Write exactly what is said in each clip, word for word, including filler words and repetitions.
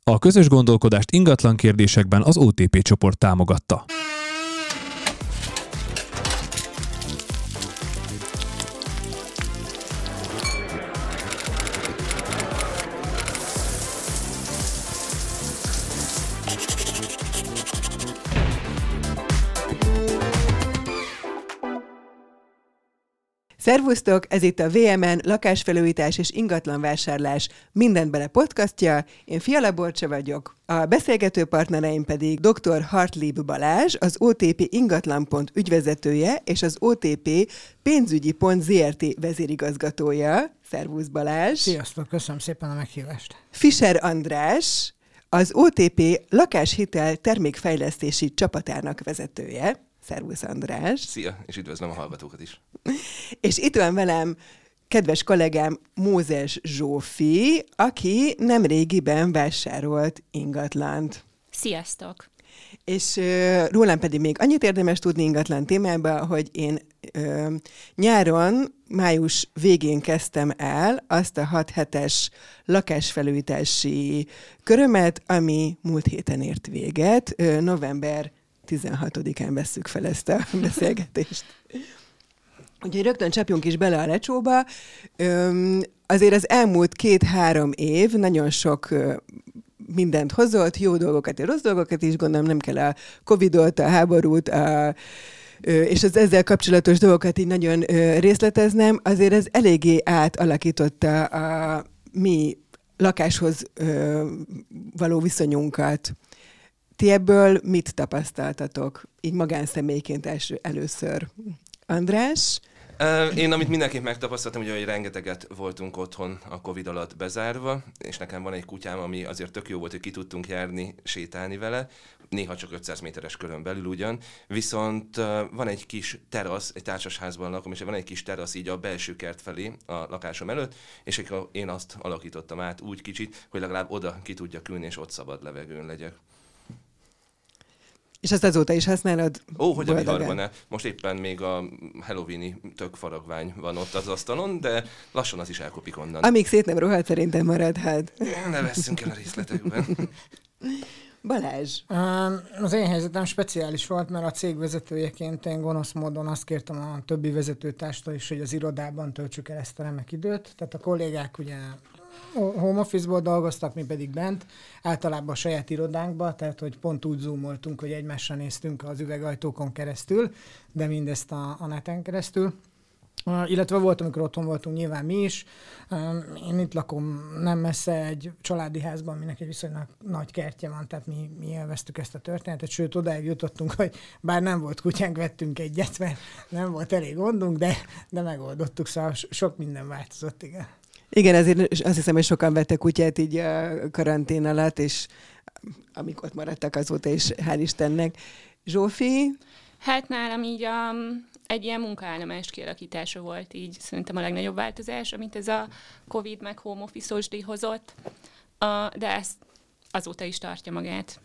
A közös gondolkodást ingatlan kérdésekben az o té pé csoport támogatta. Szervusztok, ez itt a vé em en lakásfelújítás és ingatlanvásárlás mindent bele podcastja. Én Fiala Borcsa vagyok. A beszélgető partnereim pedig dr. Hartlieb Balázs, az o té pé ingatlan pont ügyvezetője és az o té pé pénzügyi pont zé er té vezérigazgatója. Szervusz Balázs! Sziasztok, köszönöm szépen a meghívást! Fischer András, az o té pé lakáshitel termékfejlesztési csapatának vezetője. Szervusz András! Szia, és üdvözlöm a hallgatókat is! És itt van velem kedves kollégám Mózes Zsófi, aki nemrégiben vásárolt ingatlant. Sziasztok! És uh, rólam pedig még annyit érdemes tudni ingatlan témában, hogy én uh, nyáron, május végén kezdtem el azt a hat hetes lakásfelújítási körömet, ami múlt héten ért véget, uh, november tizenhatodikán vesszük fel ezt a beszélgetést. Úgyhogy rögtön csapjunk is bele a lecsóba. Öm, azért az elmúlt két-három év nagyon ö, mindent hozott, jó dolgokat és rossz dolgokat is, gondolom nem kell a Covidot, a háborút, a, ö, és az ezzel kapcsolatos dolgokat így nagyon ö, részleteznem. Azért ez eléggé átalakította a mi lakáshoz ö, való viszonyunkat. Ti ebből mit tapasztaltatok, így magánszemélyként első, először? András? Én, amit mindenképp megtapasztaltam, ugye, hogy rengeteget voltunk otthon a Covid alatt bezárva, és nekem van egy kutyám, ami azért tök jó volt, hogy ki tudtunk járni, sétálni vele, néha csak ötszáz méteres körön belül ugyan, viszont van egy kis terasz, egy társasházban lakom, és van egy kis terasz így a belső kert felé a lakásom előtt, és én azt alakítottam át úgy kicsit, hogy legalább oda ki tudjak ülni, és ott szabad levegőn legyek. És azt azóta is használod? Ó, hogy a viharban-e. Most éppen még a halloweeni tök faragvány van ott az asztalon, de lassan az is elkopik onnan. Amíg szét nem rohadt, szerintem maradhat. Ne vesszünk el a részletekben. Balázs. Az én helyzetem speciális volt, mert a cég vezetőjeként én gonosz módon azt kértem a többi vezetőtárstól is, hogy az irodában töltsük el ezt a remek időt. Tehát a kollégák ugye home office-ból dolgoztak, mi pedig bent, általában a saját irodánkba, tehát hogy pont úgy zoomoltunk, hogy egymásra néztünk az üvegajtókon keresztül, de mindezt a, a neten keresztül. Uh, illetve volt, amikor otthon voltunk, nyilván mi is. Um, én itt lakom nem messze egy családi házban, aminek egy viszonylag nagy kertje van, tehát mi, mi élveztük ezt a történetet, sőt odáig jutottunk, hogy bár nem volt kutyánk, vettünk egyet, mert nem volt elég gondunk, de, de megoldottuk, szóval sok minden változott, igen. Igen, azért azt hiszem, hogy sokan vettek kutyát így a karantén alatt, és amik ott maradtak azóta is, hál' Istennek. Zsófi? Hát nálam így a, egy ilyen munkaállomás kialakítása volt így szerintem a legnagyobb változás, amit ez a Covid meg home office-os díj hozott, de ezt azóta is tartja magát.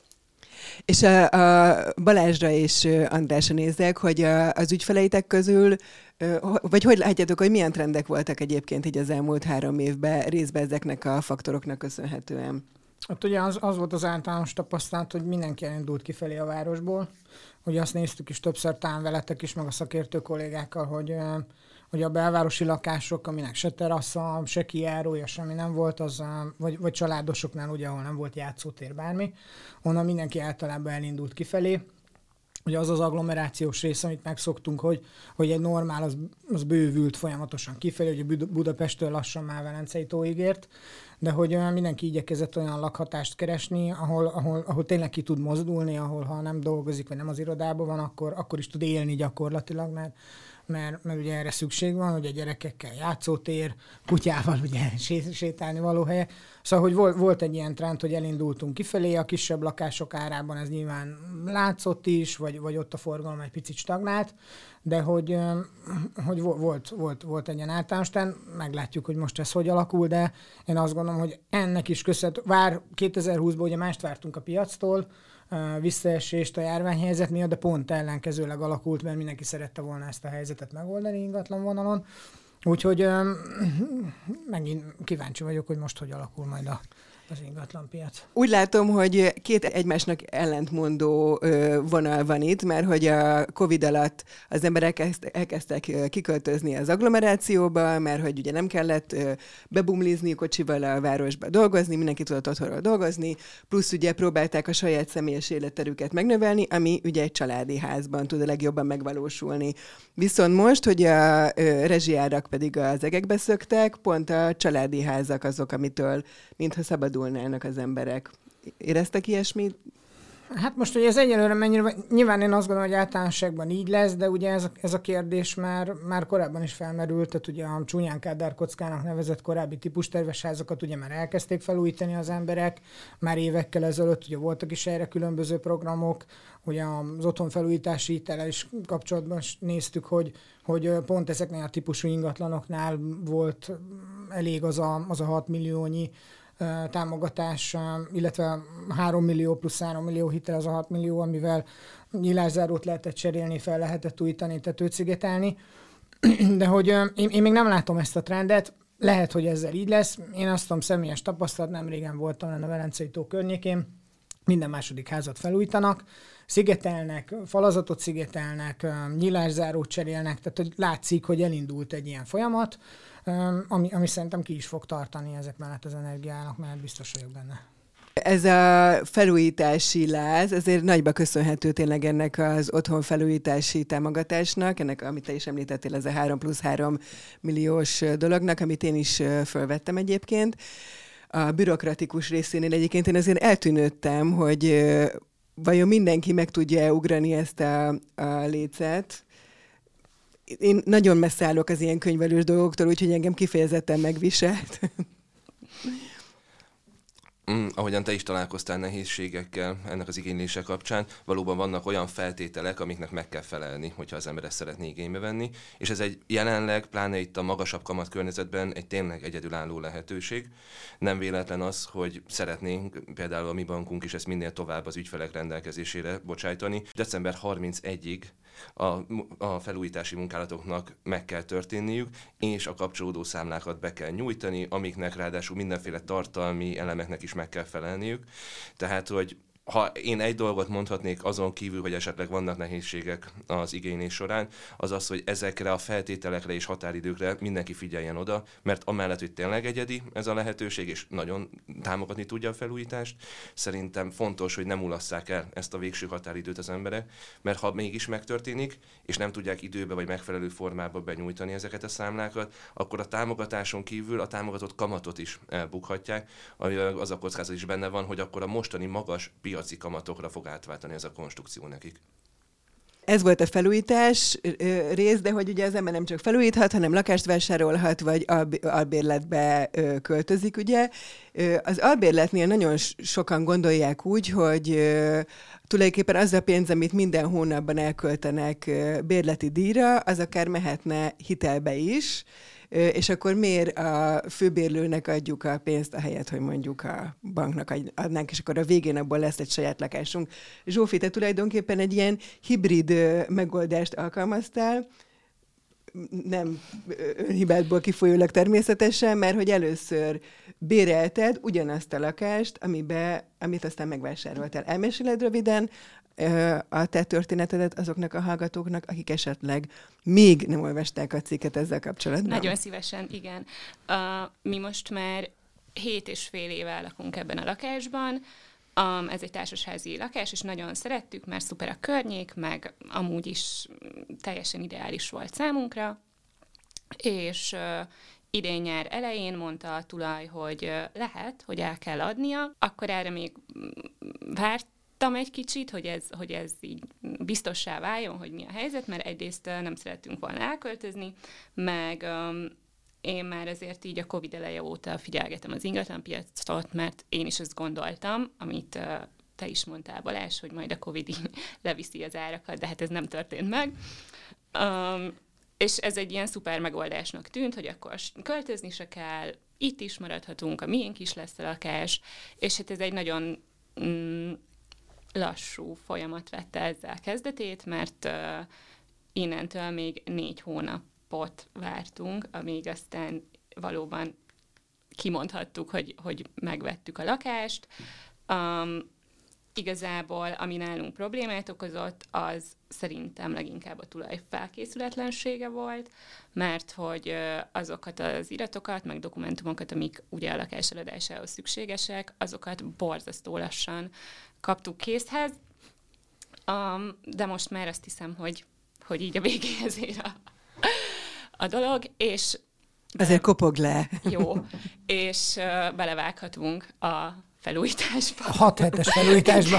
És a, a Balázsra és Andrásra nézek, hogy a, az ügyfeleitek közül, vagy hogy látjátok, hogy milyen trendek voltak egyébként így az elmúlt három évben részben ezeknek a faktoroknak köszönhetően? Hát ugye az, az volt az általános tapasztalat, hogy mindenki elindult kifelé a városból. Ugye azt néztük is többször talán veletek is, meg a szakértő kollégákkal, hogy, hogy a belvárosi lakások, aminek se terasza, se kijárója, semmi nem volt, az, vagy, vagy családosoknál, ugye, ahol nem volt játszótér, bármi, onnan mindenki általában elindult kifelé. Ugye az az agglomerációs rész, amit megszoktunk, hogy, hogy egy normál, az, az bővült folyamatosan kifelé, hogy Budapesttől lassan már Velencei tóig ért, de hogy mindenki igyekezett olyan lakhatást keresni, ahol, ahol, ahol tényleg ki tud mozdulni, ahol ha nem dolgozik, vagy nem az irodában van, akkor, akkor is tud élni gyakorlatilag, mert, mert, mert ugye erre szükség van, hogy a gyerekekkel játszótér, kutyával ugye sétálni való helye. Szóval, hogy volt, volt egy ilyen trend, hogy elindultunk kifelé, a kisebb lakások árában ez nyilván látszott is, vagy, vagy ott a forgalom egy picit stagnált, de hogy, hogy volt, volt, volt egy ilyen általános trend, meglátjuk, hogy most ez hogy alakul, de én azt gondolom, hogy ennek is köszönhető. Vár kétezer-húszban ugye mást vártunk a piactól, visszaesést a járványhelyzet miatt, de pont ellenkezőleg alakult, mert mindenki szerette volna ezt a helyzetet megoldani ingatlan vonalon. Úgyhogy megint kíváncsi vagyok, hogy most hogy alakul majd a az ingatlanpiac. Úgy látom, hogy két egymásnak ellentmondó ö, vonal van itt, mert hogy a Covid alatt az emberek elkezdtek kiköltözni az agglomerációba, mert hogy ugye nem kellett ö, bebumlizni kocsival a városba dolgozni, mindenki tudott otthonról dolgozni, plusz ugye próbálták a saját személyes életterüket megnövelni, ami ugye egy családi házban tud a legjobban megvalósulni. Viszont most, hogy a ö, rezsiárak pedig az egekbe szöktek, pont a családi házak azok, amitől mintha szabadulnának az emberek. Éreztek ilyesmit? Hát most, hogy ez egyelőre mennyire, nyilván én azt gondolom, hogy általánosságban így lesz, de ugye ez a, ez a kérdés már, már korábban is felmerült, tehát ugye a csúnyán Kádár kockának nevezett korábbi típusterves házakat ugye már elkezdték felújítani az emberek, már évekkel ezelőtt ugye voltak is erre különböző programok, ugye az otthonfelújítási hitellel is kapcsolatban néztük, hogy, hogy pont ezeknél a típusú ingatlanoknál volt elég az a, az a hat milliónyi támogatás, illetve három millió plusz három millió hitel, az a hat millió, amivel nyilászárót lehetett cserélni, fel lehetett újítani, tetőcigetelni. De hogy én, én még nem látom ezt a trendet, lehet, hogy ezzel így lesz. Én azt tudom, személyes tapasztalat, nem régen voltam lenne a Velencei tó környékén, minden második házat felújítanak, szigetelnek, falazatot szigetelnek, nyilászárót cserélnek, tehát hogy látszik, hogy elindult egy ilyen folyamat, ami, ami szerintem ki is fog tartani ezek mellett az energiának, mert biztos vagyok benne. Ez a felújítási láz, ezért nagyba köszönhető tényleg ennek az otthon felújítási támogatásnak, ennek, amit te is említettél, ez a három plusz három milliós dolognak, amit én is fölvettem egyébként. A bürokratikus részénél egyébként én azért eltűnődtem, hogy vajon mindenki meg tudja ugrani ezt a, a lécet. Én nagyon messze állok az ilyen könyvelős dolgoktól, úgyhogy engem kifejezetten megviselt. Mm, ahogyan te is találkoztál nehézségekkel ennek az igénylése kapcsán, valóban vannak olyan feltételek, amiknek meg kell felelni, hogyha az ember ezt szeretné igénybe venni, és ez egy jelenleg, pláne itt a magasabb kamat környezetben egy tényleg egyedülálló lehetőség. Nem véletlen az, hogy szeretnénk, például a mi bankunk is ezt minél tovább az ügyfelek rendelkezésére bocsájtani. december harmincegyedikéig a, a felújítási munkálatoknak meg kell történniük, és a kapcsolódó számlákat be kell nyújtani, amiknek ráadásul mindenféle tartalmi elemeknek is meg kell felelniük. Tehát, hogy ha én egy dolgot mondhatnék azon kívül, hogy esetleg vannak nehézségek az igénylés során, az az, hogy ezekre a feltételekre és határidőkre mindenki figyeljen oda, mert amellett, hogy tényleg egyedi ez a lehetőség, és nagyon támogatni tudja a felújítást, szerintem fontos, hogy nem mulasszák el ezt a végső határidőt az emberek, mert ha mégis megtörténik, és nem tudják időbe vagy megfelelő formába benyújtani ezeket a számlákat, akkor a támogatáson kívül a támogatott kamatot is elbukhatják, az a kockázat is benne van, hogy akkor a mostani magas piaci kamatokra fog átváltani ez a konstrukció nekik. Ez volt a felújítás rész, de hogy ugye az ember nem csak felújíthat, hanem lakást vásárolhat, vagy albérletbe költözik, ugye. Az albérletnél nagyon sokan gondolják úgy, hogy tulajdonképpen az a pénz, amit minden hónapban elköltenek bérleti díjra, az akár mehetne hitelbe is, és akkor miért a főbérlőnek adjuk a pénzt, ahelyett, hogy mondjuk a banknak adnánk, és akkor a végén abból lesz egy saját lakásunk. Zsófi, te tulajdonképpen egy ilyen hibrid megoldást alkalmaztál, nem önhibádból kifolyólag természetesen, mert hogy először bérelted ugyanazt a lakást, amibe, amit aztán megvásároltál. Elmeséled röviden a te történetedet azoknak a hallgatóknak, akik esetleg még nem olvasták a cikket ezzel kapcsolatban? Nagyon szívesen, igen. Uh, mi most már hét és fél éve lakunk ebben a lakásban. Um, ez egy társasházi lakás, és nagyon szerettük, mert szuper a környék, meg amúgy is teljesen ideális volt számunkra. És uh, idén nyár elején mondta a tulaj, hogy uh, lehet, hogy el kell adnia. Akkor erre még várt egy kicsit, hogy ez, hogy ez így biztossá váljon, hogy mi a helyzet, mert egyrészt nem szerettünk volna elköltözni, meg um, én már azért így a Covid eleje óta figyelgetem az ingatlanpiacot, mert én is azt gondoltam, amit uh, te is mondtál, Balázs, hogy majd a Covid leviszi az árakat, de hát ez nem történt meg. Um, és ez egy ilyen szuper megoldásnak tűnt, hogy akkor költözni se kell, itt is maradhatunk, a miénk is lesz a lakás, és hát ez egy nagyon mm, lassú folyamat vette ezzel kezdetét, mert uh, innentől még négy hónapot vártunk, amíg aztán valóban kimondhattuk, hogy, hogy megvettük a lakást. Um, igazából, ami nálunk problémát okozott, az szerintem leginkább a tulaj felkészületlensége volt, mert hogy azokat az iratokat, meg dokumentumokat, amik ugye a lakás eladásához szükségesek, azokat borzasztó lassan kaptuk készhez, um, de most már azt hiszem, hogy, hogy így a végéhez ér a, a dolog, és azért kopog le. Jó, és uh, belevághatunk a felújításba. A hat hetes felújításba.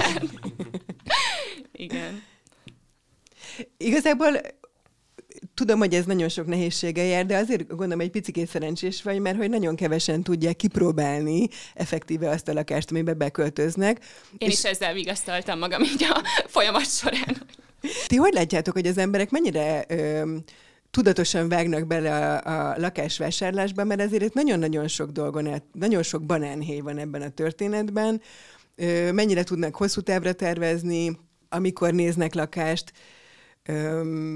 Igen. Igazából tudom, hogy ez nagyon sok nehézséggel jár, de azért gondolom, egy picikét szerencsés vagy, mert hogy nagyon kevesen tudják kipróbálni effektíve azt a lakást, amiben beköltöznek. Én és... is ezzel vigasztaltam magam így a folyamat során. Ti hogy látjátok, hogy az emberek mennyire ö, tudatosan vágnak bele a, a lakásvásárlásba, mert azért itt nagyon-nagyon sok dolgon, át, nagyon sok banánhéj van ebben a történetben. Ö, mennyire tudnak hosszú távra tervezni, amikor néznek lakást, ö,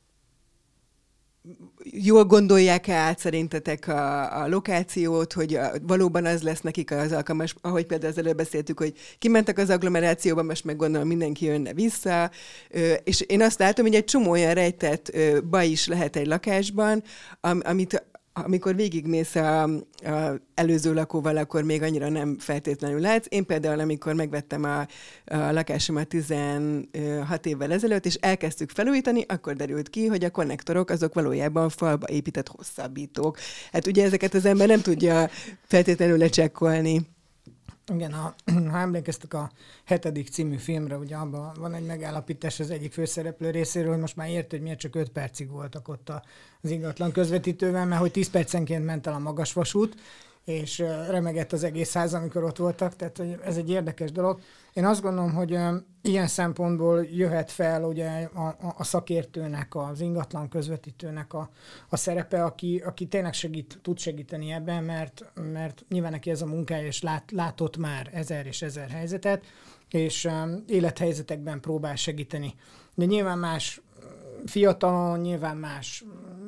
jól gondolják-e át szerintetek a, a lokációt, hogy a, valóban az lesz nekik az alkalmas, ahogy például az előbb beszéltük, hogy kimentek az agglomerációba, most meg gondolom mindenki jönne vissza, és én azt látom, hogy egy csomó olyan rejtett baj is lehet egy lakásban, am, amit amikor végigmész a, a előző lakóval, akkor még annyira nem feltétlenül látsz. Én például, amikor megvettem a, a lakásomat tizenhat évvel ezelőtt, és elkezdtük felújítani, akkor derült ki, hogy a konnektorok azok valójában falba épített hosszabbítók. Hát ugye ezeket az ember nem tudja feltétlenül lecsekkolni. Igen, a, ha emlékeztek a hetedik című filmre, ugye abban van egy megállapítás az egyik főszereplő részéről, hogy most már ért, hogy miért csak öt percig voltak ott az ingatlan közvetítővel, mert hogy tíz percenként ment el a magasvasút, és remegett az egész ház, amikor ott voltak, tehát ez egy érdekes dolog. Én azt gondolom, hogy ilyen szempontból jöhet fel ugye a, a, a szakértőnek, az ingatlan közvetítőnek a, a szerepe, aki, aki tényleg segít, tud segíteni ebben, mert, mert nyilván neki ez a munkája, és lát, látott már ezer és ezer helyzetet, és um, élethelyzetekben próbál segíteni. De nyilván más fiatalon, nyilván más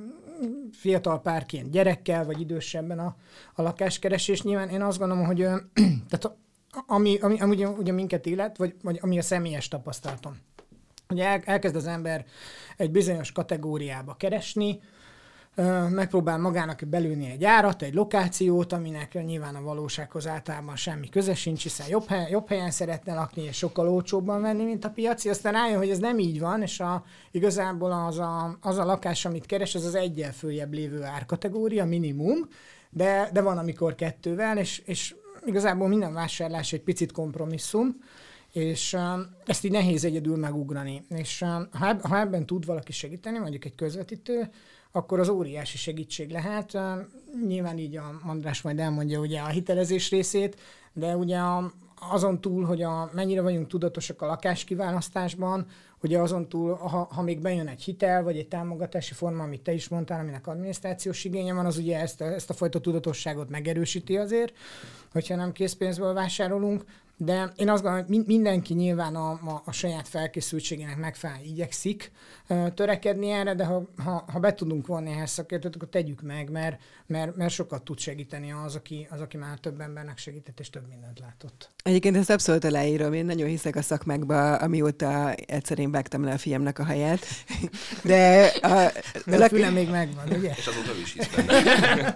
fiatal párként gyerekkel, vagy idősebben a, a lakáskeresés. Nyilván én azt gondolom, hogy tehát ami, ami, ami ugye, ugye minket illet, vagy, vagy ami a személyes tapasztalatom. Ugye el, elkezd az ember egy bizonyos kategóriába keresni, megpróbál magának belülni egy árat, egy lokációt, aminek nyilván a valósághoz általában semmi köze sincs, hiszen jobb, hely, jobb helyen szeretne lakni, és sokkal olcsóbban venni, mint a piaci. Aztán rájön, hogy ez nem így van, és a, igazából az a, az a lakás, amit keres, az az egyel följebb lévő árkategória, minimum, de, de van, amikor kettővel, és, és igazából minden vásárlás egy picit kompromisszum, és uh, ezt így nehéz egyedül megugrani. És uh, ha, eb- ha ebben tud valaki segíteni, mondjuk egy közvetítő, akkor az óriási segítség lehet. Uh, nyilván így a András majd elmondja ugye a hitelezés részét, de ugye a, azon túl, hogy a, mennyire vagyunk tudatosak a lakáskiválasztásban, ugye azon túl, ha, ha még bejön egy hitel, vagy egy támogatási forma, amit te is mondtál, aminek adminisztrációs igénye van, az ugye ezt a, ezt a fajta tudatosságot megerősíti azért, hogyha nem készpénzből vásárolunk. De én azt gondolom, hogy mindenki nyilván a, a, a saját felkészültségének megfelelően igyekszik uh, törekedni erre, de ha, ha, ha be tudunk vonni ehhez szakértőt, akkor tegyük meg, mert, mert, mert sokat tud segíteni az aki, az, aki már több embernek segített, és több mindent látott. Egyébként ezt abszolút aláírom, én nagyon hiszek a szakmákba, amióta egyszer én vágtam le a fiamnak a haját. De a, de a fülem még megvan, ugye? És azóta is hisz benne.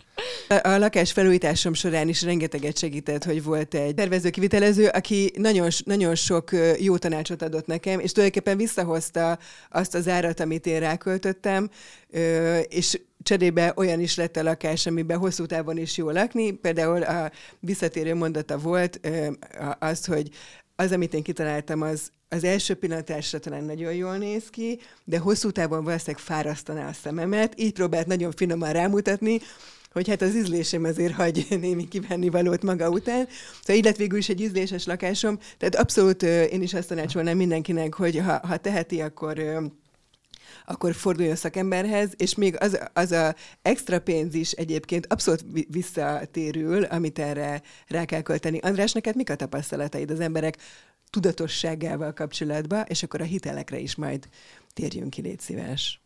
A lakásfelújításom során is rengeteget segített, hogy volt egy tervező-kivitelező, aki nagyon, nagyon sok jó tanácsot adott nekem, és tulajdonképpen visszahozta azt az árat, amit én ráköltöttem, és cserébe olyan is lett a lakás, amiben hosszú távon is jó lakni. Például a visszatérő mondata volt az, hogy az, amit én kitaláltam, az az első pillantásra talán nagyon jól néz ki, de hosszú távon valószínűleg fárasztaná a szememet. Így próbált nagyon finoman rámutatni, hogy hát az ízlésem azért hagy némi kivenni valót maga után. Szóval így lett végül is egy ízléses lakásom. Tehát abszolút én is azt tanácsolnám mindenkinek, hogy ha, ha teheti, akkor, akkor forduljon szakemberhez, és még az, az a extra pénz is egyébként abszolút visszatérül, amit erre rá kell költeni. András, neked mik a tapasztalataid az emberek tudatosságával kapcsolatban, és akkor a hitelekre is majd térjünk ki, légy szíves.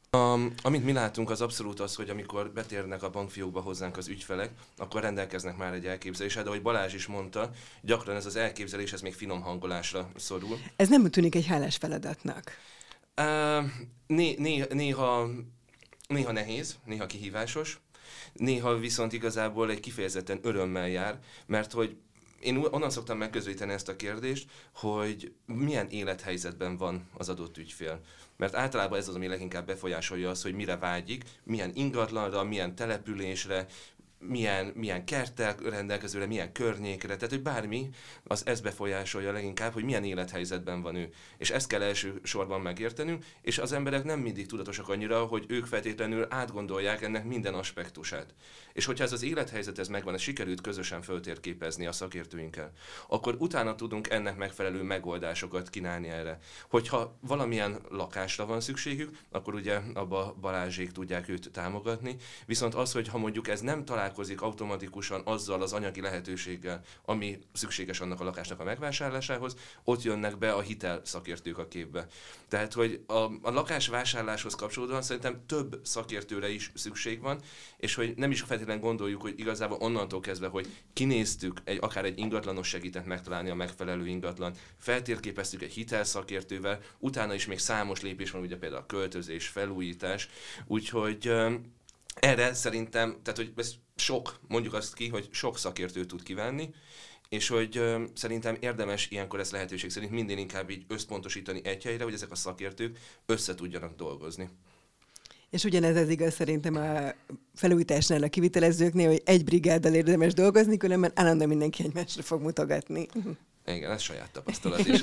Um, amit mi látunk, az abszolút az, hogy amikor betérnek a bankfiókba hozzánk az ügyfelek, akkor rendelkeznek már egy elképzeléssel, de ahogy Balázs is mondta, gyakran ez az elképzelés, ez még finom hangolásra szorul. Ez nem tűnik egy hálás feladatnak. Uh, né- né- néha, néha nehéz, néha kihívásos, néha viszont igazából egy kifejezetten örömmel jár, mert hogy én onnan szoktam megközelíteni ezt a kérdést, hogy milyen élethelyzetben van az adott ügyfél. Mert általában ez az, ami leginkább befolyásolja azt, hogy mire vágyik, milyen ingatlanra, milyen településre, milyen, milyen kerttel rendelkezőre, milyen környékre, tehát hogy bármi, az ez befolyásolja leginkább, hogy milyen élethelyzetben van ő. És ezt kell elsősorban megértenünk, és az emberek nem mindig tudatosak annyira, hogy ők feltétlenül átgondolják ennek minden aspektusát. És hogyha ez az élethelyzet ez megvan, ez sikerült közösen föltérképezni a szakértőinkkel, akkor utána tudunk ennek megfelelő megoldásokat kínálni erre. Hogyha valamilyen lakásra van szükségük, akkor ugye abba Balázsék tudják őt támogatni, viszont az, hogy ha mondjuk ez nem találkozik automatikusan azzal az anyagi lehetőséggel, ami szükséges annak a lakásnak a megvásárlásához, ott jönnek be a hitel szakértők a képbe. Tehát, hogy a, a lakásvásárláshoz kapcsolódóan szerintem több szakértőre is szükség van, és hogy nem is feltétlenül gondoljuk, hogy igazából onnantól kezdve, hogy kinéztük, egy, akár egy ingatlanos segített megtalálni a megfelelő ingatlan, feltérképeztük egy hitelszakértővel, utána is még számos lépés van, ugye például a költözés, felújítás, úgyhogy erre szerintem, tehát hogy ez sok, mondjuk azt ki, hogy sok szakértőt tud kívánni, és hogy ö, szerintem érdemes ilyenkor ezt lehetőség szerint minden inkább így összpontosítani egy helyre, hogy ezek a szakértők össze tudjanak dolgozni. És ugyanez az igaz szerintem a felújításnál, a kivitelezőknél, hogy egy brigáddal érdemes dolgozni, különben állandóan mindenki egymásra fog mutogatni. Igen, ez saját tapasztalat is.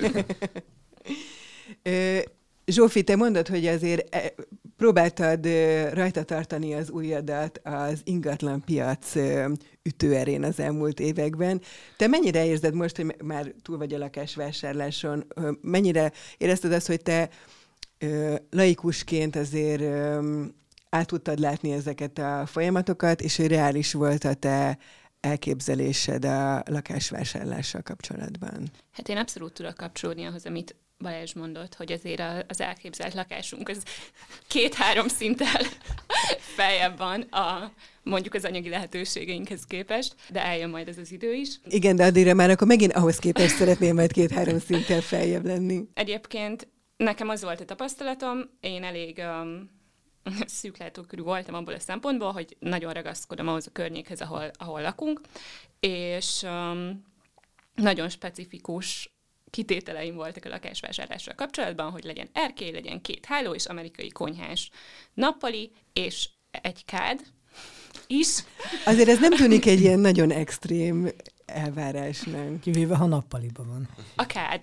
Zsófi, te mondod, hogy azért próbáltad rajta tartani az ujjadat az ingatlan piac ütőerén az elmúlt években. Te mennyire érzed most, hogy már túl vagy a lakásvásárláson, mennyire érezted azt, hogy te laikusként azért át tudtad látni ezeket a folyamatokat, és hogy reális volt a te elképzelésed a lakásvásárlással kapcsolatban? Hát én abszolút tudok kapcsolódni ahhoz, amit Balázs mondott, hogy azért az elképzelt lakásunk az két-három szinttel feljebb van a, mondjuk az anyagi lehetőségeinkhez képest, de eljön majd ez az idő is. Igen, de addigra már akkor megint ahhoz képest szeretném majd két-három szinttel feljebb lenni. Egyébként nekem az volt a tapasztalatom, én elég um, szűklátókörű voltam abból a szempontból, hogy nagyon ragaszkodom ahhoz a környékhez, ahol, ahol lakunk, és um, nagyon specifikus kitételeim voltak a lakásvásárlással kapcsolatban, hogy legyen erkély, legyen két háló és amerikai konyhás nappali, és egy kád is. Azért ez nem tűnik egy ilyen nagyon extrém elvárásnak. Kivéve, ha nappaliban van. A kád.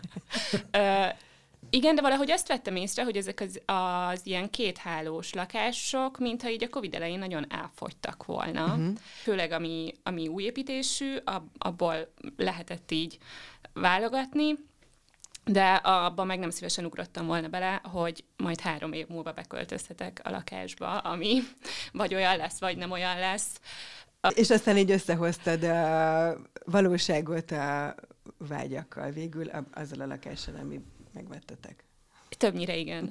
Ö, igen, de valahogy azt vettem észre, hogy ezek az, az ilyen kéthálós lakások, mintha így a Covid elején nagyon elfogytak volna. Uh-huh. Főleg ami, ami új építésű, ab, abból lehetett így válogatni, de abban meg nem szívesen ugrottam volna bele, hogy majd három év múlva beköltözhetek a lakásba, ami vagy olyan lesz, vagy nem olyan lesz. És aztán így összehoztad a valóságot a vágyakkal végül, azzal a lakással, amit megvettetek. Többnyire igen.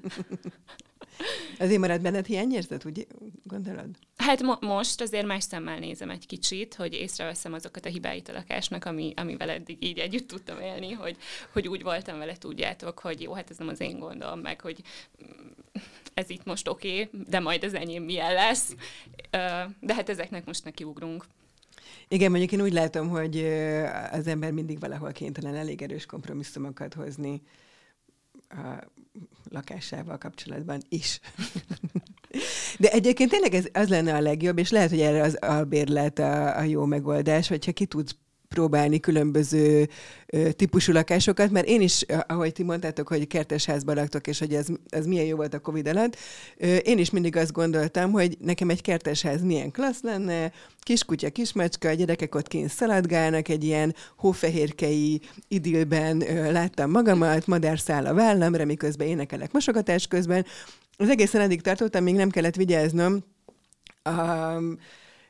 Azért marad benned hiányérzet, úgy gondolod? Hát mo- most azért más szemmel nézem egy kicsit, hogy észreveszem azokat a hibáit a lakásnak, ami, amivel eddig így együtt tudtam élni, hogy, hogy úgy voltam vele, tudjátok, hogy jó, hát ez nem az én gondom, meg hogy ez itt most oké, okay, de majd az enyém milyen lesz. De hát ezeknek most nekiugrunk. Igen, mondjuk én úgy látom, hogy az ember mindig valahol kénytelen elég erős kompromisszumokat hozni a lakásával kapcsolatban is. De egyébként tényleg ez az lenne a legjobb, és lehet, hogy erre az albérlet a, a jó megoldás, hogyha ki tudsz próbálni különböző ö, típusú lakásokat, mert én is, ahogy ti mondtátok, hogy kertesházban laktok, és hogy ez, ez milyen jó volt a Covid alatt, ö, én is mindig azt gondoltam, hogy nekem egy kertesház milyen klassz lenne, kiskutya, kismacska, a gyerekek ott kint szaladgálnak, egy ilyen hófehérkei idillben ö, láttam magamat, madárszál a vállamra, miközben énekelek mosogatás közben. Az egészen eddig tartottam, még nem kellett vigyáznom a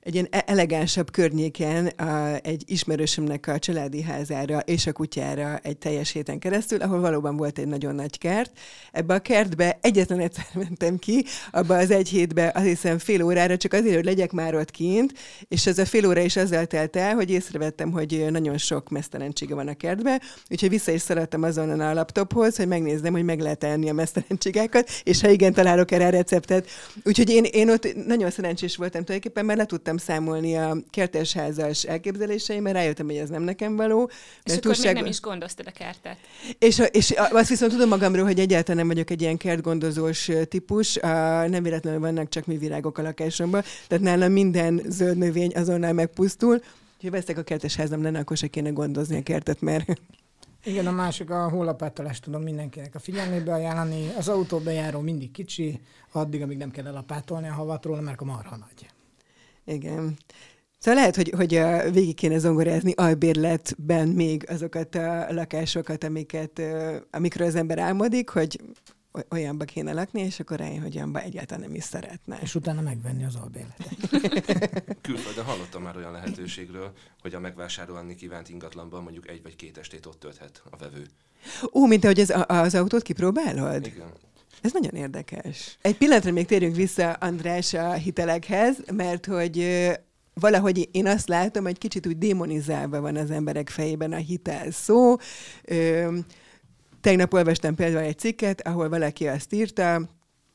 egy ilyen elegánsabb környéken a, egy ismerősömnek a családi házára és a kutyára egy teljes héten keresztül, ahol valóban volt egy nagyon nagy kert. Ebbe a kertbe egyetlen egyszer mentem ki, abba az egy hétbe azt hiszem fél órára, csak azért, hogy legyek már ott kint, és ez a fél óra is azzal telt el, hogy észrevettem, hogy nagyon sok mesztelensége van a kertbe, úgyhogy vissza is szaladtam azonnal a laptophoz, hogy megnézzem, hogy meg lehet enni a mesztelenségákat, és ha igen, találok erre receptet. Úgyhogy én, én ott nagyon szerencsés voltam tulajdonképpen, mert le tudtam számolni a kertesházas elképzeléseimmel, rájöttem, hogy ez nem nekem való. És akkor túlság... még nem is gondoztad a kertet. És, és azt viszont tudom magamról, hogy egyáltalán nem vagyok egy ilyen kertgondozós típus, nem véletlenül vannak csak mi virágok a lakásomban, tehát nálam minden zöld növény azonnal megpusztul. Ha veszek a kertesházam lenne, akkor se kéne gondozni a kertet, mert... Igen, a másik a hóllapátolást tudom mindenkinek a figyelmébe ajánlani. Az autóbejáró mindig kicsi, addig, amíg nem kell elapátolni a havat róla, mert a marha nagy. Igen. Szóval lehet, hogy, hogy végig kéne zongorázni albérletben még azokat a lakásokat, amiket, amikről az ember álmodik, hogy olyanba kéne lakni, és akkor rájön, hogy olyanba egyáltalán nem is szeretne. És utána megvenni az albérletet. Külföldön hallottam már olyan lehetőségről, hogy a megvásárolni kívánt ingatlanban mondjuk egy vagy két estét ott tölthet a vevő. Ó, mint ahogy az, az autót kipróbálod? Igen. Ez nagyon érdekes. Egy pillanatra még térjünk vissza, András, a hitelekhez, mert hogy valahogy én azt látom, hogy kicsit úgy démonizálva van az emberek fejében a hitel szó. Ö, tegnap olvastam például egy cikket, ahol valaki azt írta,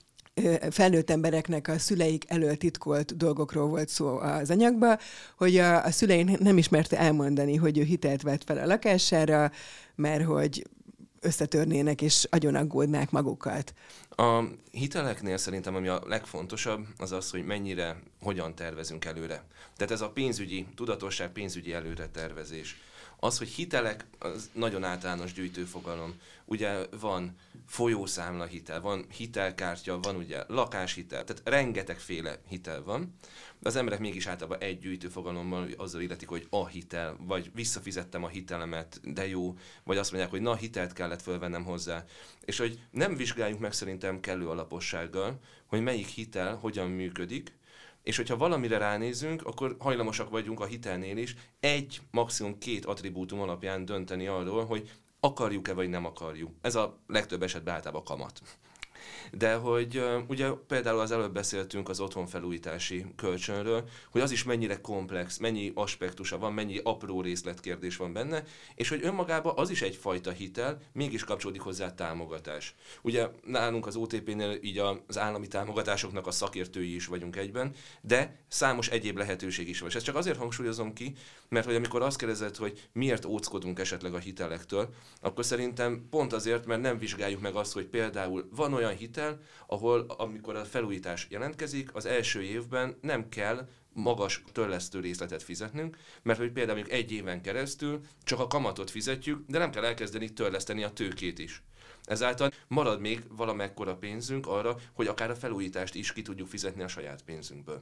felnőtt embereknek a szüleik elől titkolt dolgokról volt szó az anyagba, hogy a, a szüleink nem ismerte elmondani, hogy ő hitelt vett fel a lakására, mert hogy összetörnének és agyon aggódnák magukat. A hiteleknél szerintem ami a legfontosabb, az az, hogy mennyire, hogyan tervezünk előre. Tehát ez a pénzügyi tudatosság, pénzügyi előre tervezés. Az, hogy hitelek, az nagyon általános gyűjtőfogalom. Ugye van folyószámla hitel, van hitelkártya, van ugye lakáshitel, tehát rengetegféle hitel van. De az emberek mégis általában egy gyűjtőfogalommal azzal illetik, hogy a hitel, vagy visszafizettem a hitelemet, de jó, vagy azt mondják, hogy na, hitelt kellett fölvennem hozzá. És hogy nem vizsgáljuk meg szerintem kellő alapossággal, hogy melyik hitel hogyan működik, és hogyha valamire ránézünk, akkor hajlamosak vagyunk a hitelnél is egy, maximum két attribútum alapján dönteni arról, hogy akarjuk-e vagy nem akarjuk. Ez a legtöbb esetben általában kamat. De hogy uh, ugye például az előbb beszéltünk az otthonfelújítási kölcsönről, hogy az is mennyire komplex, mennyi aspektusa van, mennyi apró részletkérdés van benne, és hogy önmagában az is egyfajta hitel, mégis kapcsolódik hozzá támogatás. Ugye nálunk az o té pénél így az állami támogatásoknak a szakértői is vagyunk egyben, de számos egyéb lehetőség is van. És ezt csak azért hangsúlyozom ki, mert hogy amikor azt kérdezed, hogy miért óckodunk esetleg a hitelektől, akkor szerintem pont azért, mert nem vizsgáljuk meg azt, hogy például van olyan hitel, ahol amikor a felújítás jelentkezik, az első évben nem kell magas törlesztő részletet fizetnünk, mert hogy például egy éven keresztül csak a kamatot fizetjük, de nem kell elkezdeni törleszteni a tőkét is. Ezáltal marad még valamekkora pénzünk arra, hogy akár a felújítást is ki tudjuk fizetni a saját pénzünkből.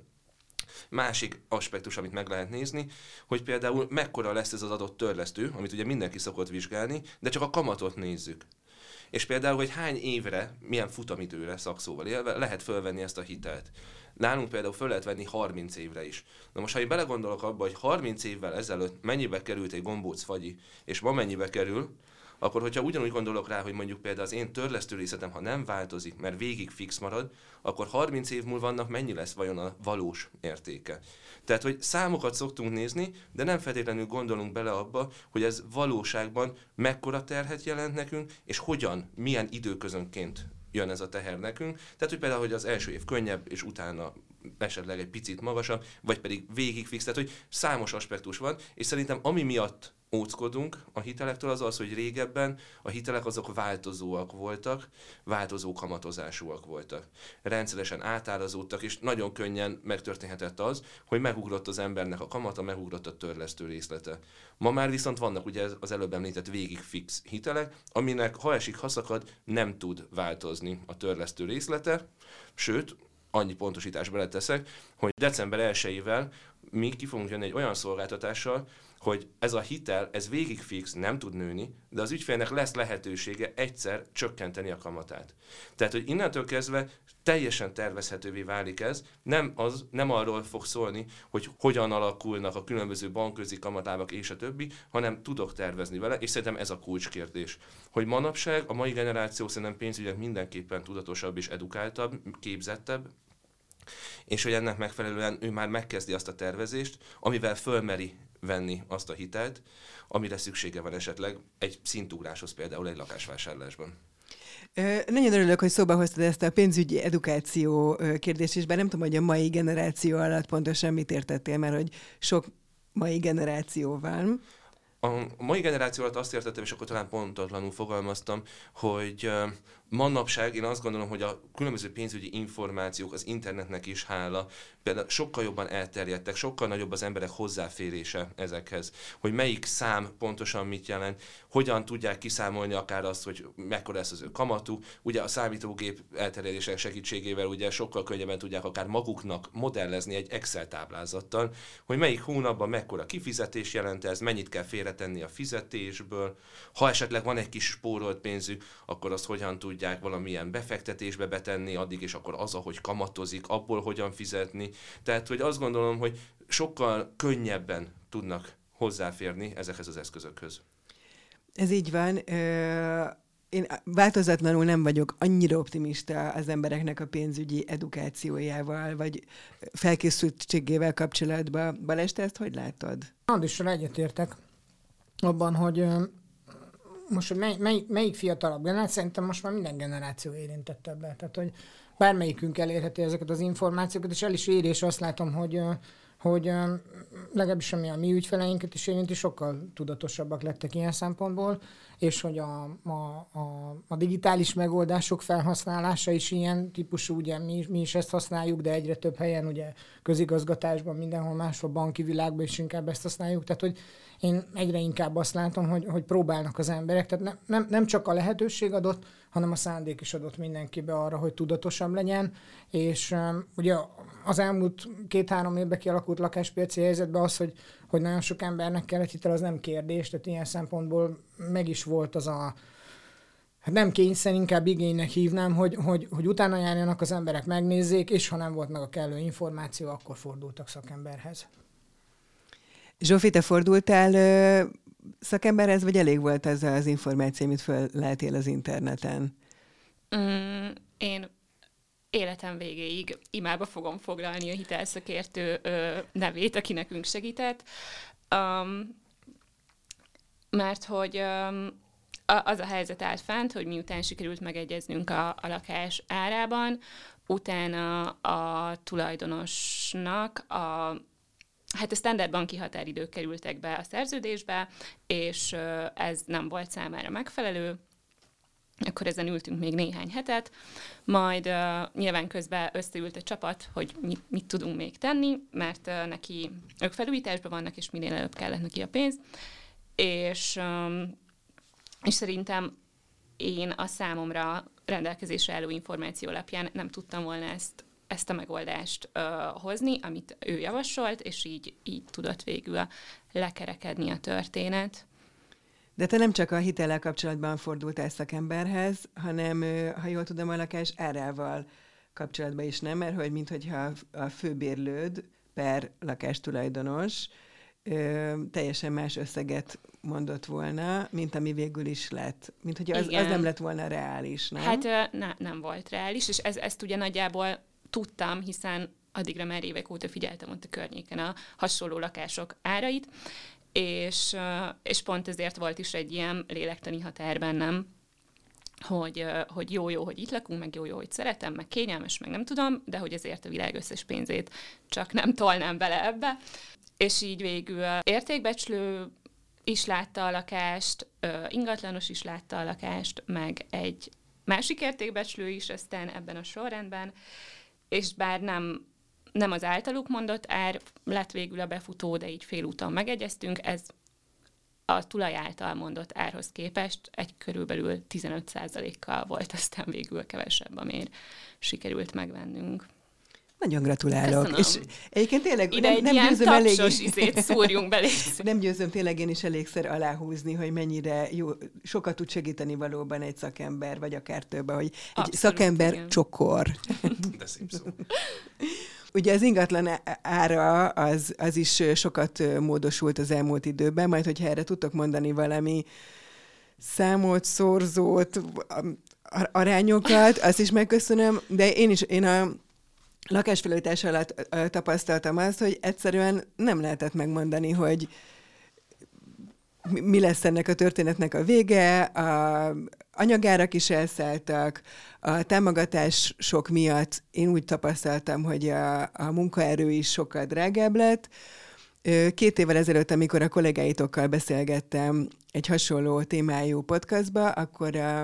Másik aspektus, amit meg lehet nézni, hogy például mekkora lesz ez az adott törlesztő, amit ugye mindenki szokott vizsgálni, de csak a kamatot nézzük. És például, hogy hány évre, milyen futamidőre szakszóval élve lehet fölvenni ezt a hitelt. Nálunk például föl lehet venni harminc évre is. Na most, ha én belegondolok abba, hogy harminc évvel ezelőtt mennyibe került egy gombóc fagyi, és ma mennyibe kerül, akkor hogyha ugyanúgy gondolok rá, hogy mondjuk például az én törlesztő részletem, ha nem változik, mert végig fix marad, akkor harminc év múlva annak mennyi lesz vajon a valós értéke. Tehát, hogy számokat szoktunk nézni, de nem feltétlenül gondolunk bele abba, hogy ez valóságban mekkora terhet jelent nekünk, és hogyan, milyen időközönként jön ez a teher nekünk. Tehát, hogy például, hogy az első év könnyebb, és utána esetleg egy picit magasabb, vagy pedig végig fix. Tehát, hogy számos aspektus van, és szerintem ami miatt óckodunk a hitelektől, az az, hogy régebben a hitelek azok változóak voltak, változó kamatozásúak voltak. Rendszeresen átárazódtak, és nagyon könnyen megtörténhetett az, hogy megugrott az embernek a kamata, megugrott a törlesztő részlete. Ma már viszont vannak ugye az előbb említett végig fix hitelek, aminek ha esik, ha szakad, nem tud változni a törlesztő részlete, sőt, annyi pontosítás beleteszek, hogy december elsejével mi ki fogunk jönni egy olyan szolgáltatással, hogy ez a hitel, ez végig fix, nem tud nőni, de az ügyfélnek lesz lehetősége egyszer csökkenteni a kamatát. Tehát, hogy innentől kezdve teljesen tervezhetővé válik ez, nem, az, nem arról fog szólni, hogy hogyan alakulnak a különböző bankközi kamatlábak és a többi, hanem tudok tervezni vele, és szerintem ez a kulcskérdés. Hogy manapság a mai generáció szerintem pénzügyileg mindenképpen tudatosabb és edukáltabb, képzettebb, és hogy ennek megfelelően ő már megkezdi azt a tervezést, amivel fölmeri venni azt a hitelt, amire szüksége van esetleg egy szintugráshoz, például egy lakásvásárlásban. Ö, nagyon örülök, hogy szóba hoztad ezt a pénzügyi edukáció kérdést is, bár nem tudom, hogy a mai generáció alatt pontosan mit értettél, mert hogy sok mai generáció van. A mai generáció alatt azt értettem, és akkor talán pontatlanul fogalmaztam, hogy manapság én azt gondolom, hogy a különböző pénzügyi információk az internetnek is hála, például sokkal jobban elterjedtek, sokkal nagyobb az emberek hozzáférése ezekhez, hogy melyik szám pontosan mit jelent, hogyan tudják kiszámolni akár azt, hogy mekkora lesz az ő kamatú, ugye a számítógép elterjedések segítségével ugye sokkal könnyebben tudják akár maguknak modellezni egy Excel táblázattal, hogy melyik hónapban mekkora kifizetés jelent ez, mennyit kell félretenni a fizetésből, ha esetleg van egy kis spórolt pénzük, akkor azt hogyan tudják valamilyen befektetésbe betenni addig, és akkor az, ahogy kamatozik, abból hogyan fizetni. Tehát, hogy azt gondolom, hogy sokkal könnyebben tudnak hozzáférni ezekhez az eszközökhöz. Ez így van. Én változatlanul nem vagyok annyira optimista az embereknek a pénzügyi edukációjával, vagy felkészültségével kapcsolatban. Balázs, te ezt hogy látod? Andissal egyetértek abban, hogy most mely, mely, melyik fiatalabb generáció, szerintem most már minden generáció érintett ebbe. Tehát, hogy bármelyikünk elérheti ezeket az információkat, és el is ér, és azt látom, hogy, hogy legalábbis ami a mi ügyfeleinket is érinti, sokkal tudatosabbak lettek ilyen szempontból, és hogy a, a, a, a digitális megoldások felhasználása is ilyen típusú, ugye mi, mi is ezt használjuk, de egyre több helyen, ugye közigazgatásban, mindenhol máshol, banki világban is inkább ezt használjuk, tehát hogy én egyre inkább azt látom, hogy, hogy próbálnak az emberek, tehát ne, nem, nem csak a lehetőség adott, hanem a szándék is adott mindenkibe arra, hogy tudatosabb legyen, és um, ugye az elmúlt két-három évben kialakult lakáspiaci helyzetben az, hogy, hogy nagyon sok embernek kellett hitel, az nem kérdés, tehát ilyen szempontból meg is volt az a, hát nem kényszer, inkább igénynek hívnám, hogy, hogy, hogy utána járjanak az emberek, megnézzék, és ha nem volt meg a kellő információ, akkor fordultak szakemberhez. Zsófi, te fordultál ö, szakemberhez, vagy elég volt ez az információ, amit föl lehetél az interneten? Mm, én életem végéig imába fogom foglalni a hitelszakértő ö, nevét, aki nekünk segített, um, mert hogy um, az a helyzet állt fent, hogy miután sikerült megegyeznünk a, a lakás árában, utána a tulajdonosnak a Hát a standard banki határidők kerültek be a szerződésbe, és ez nem volt számára megfelelő. Akkor ezen ültünk még néhány hetet, majd uh, nyilván közben összeült a csapat, hogy mit, mit tudunk még tenni, mert uh, neki, ők felújításban vannak, és minél előbb kellett neki a pénz, és, um, és szerintem én a számomra rendelkezésre álló információ alapján nem tudtam volna ezt ezt a megoldást uh, hozni, amit ő javasolt, és így, így tudott végül lekerekedni a történet. De te nem csak a hitellel kapcsolatban fordultál szakemberhez, hanem, ha jól tudom, a lakás árával kapcsolatban is, nem? Mert hogy minthogyha a főbérlőd per lakástulajdonos ö, teljesen más összeget mondott volna, mint ami végül is lett. Mint hogy az, az nem lett volna reális, nem? Hát ö, ne, nem volt reális, és ez, ezt ugye nagyjából tudtam, hiszen addigra már évek óta figyeltem ott a környéken a hasonló lakások árait, és, és pont ezért volt is egy ilyen lélektani határ bennem, hogy, hogy jó-jó, hogy itt lakunk, meg jó-jó, hogy szeretem, meg kényelmes, meg nem tudom, de hogy ezért a világ összes pénzét csak nem tolnám bele ebbe. És így végül értékbecslő is látta a lakást, ingatlanos is látta a lakást, meg egy másik értékbecslő is aztán ebben a sorrendben, és bár nem, nem az általuk mondott ár lett végül a befutó, de így félúton megegyeztünk, ez a tulaj által mondott árhoz képest egy körülbelül tizenöt százalékkal volt aztán végül kevesebb, amért sikerült megvennünk. Nagyon gratulálok. Köszönöm. És egyébként tényleg Ide nem, egy nem ilyen győzöm elég tapsos izét szúrjunk belé. Nem győzöm tényleg én is elégszer aláhúzni, hogy mennyire jó, sokat tud segíteni valóban egy szakember, vagy akár több, hogy egy Abszolút, szakember igen. csokor. De szép szó. Ugye az ingatlan ára az, az is sokat módosult az elmúlt időben, majd hogyha erre tudtok mondani valami számot, szorzót, arányokat, azt is megköszönöm, de én is, én a lakásfelújítás alatt tapasztaltam azt, hogy egyszerűen nem lehetett megmondani, hogy mi lesz ennek a történetnek a vége, a anyagárak is elszálltak, a támogatások miatt én úgy tapasztaltam, hogy a, a munkaerő is sokkal drágább lett. Két évvel ezelőtt, amikor a kollégáitokkal beszélgettem egy hasonló témájú podcastba, akkor a,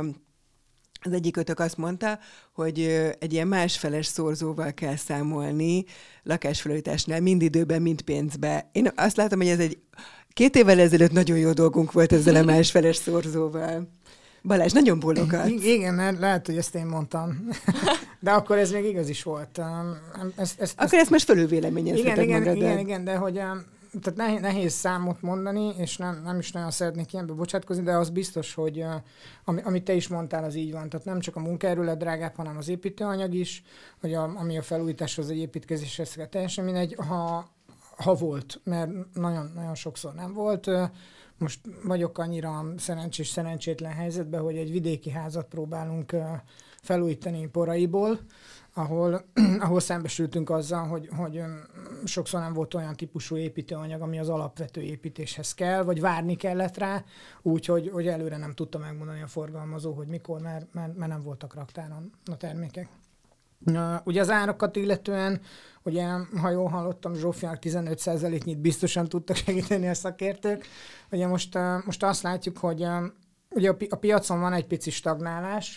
az egyikőtök azt mondta, hogy egy ilyen másfeles szorzóval kell számolni lakásfelújításnál, mind időben, mind pénzbe. Én azt látom, hogy ez egy két évvel ezelőtt nagyon jó dolgunk volt ezzel a másfeles szorzóval. Balázs, nagyon bólogat. Igen, lehet, hogy ezt én mondtam. De akkor ez még igaz is volt. Ezt, ezt, akkor ezt most fölülvéleményezheted igen, magadat. Igen, igen, igen, de hogy tehát nehéz, nehéz számot mondani, és nem, nem is nagyon szeretnék ilyenbe bocsátkozni, de az biztos, hogy ami, amit te is mondtál, az így van. Tehát nem csak a munkaerő lett drágább, hanem az építőanyag is, vagy a, ami a felújításhoz, egy építkezéshez teljesen mindegy, ha, ha volt, mert nagyon, nagyon sokszor nem volt. Most vagyok annyira szerencsés, szerencsétlen helyzetben, hogy egy vidéki házat próbálunk felújítani poraiból, ahol, ahol szembesültünk azzal, hogy, hogy sokszor nem volt olyan típusú építőanyag, ami az alapvető építéshez kell, vagy várni kellett rá, úgyhogy hogy előre nem tudta megmondani a forgalmazó, hogy mikor, mert, mert, mert nem voltak raktáron a termékek. Ugye az árakat illetően, ugye, ha jól hallottam, Zsófiának tizenöt százaléknyit biztosan tudtak segíteni a szakértők. Ugye most, most azt látjuk, hogy ugye a piacon van egy pici stagnálás,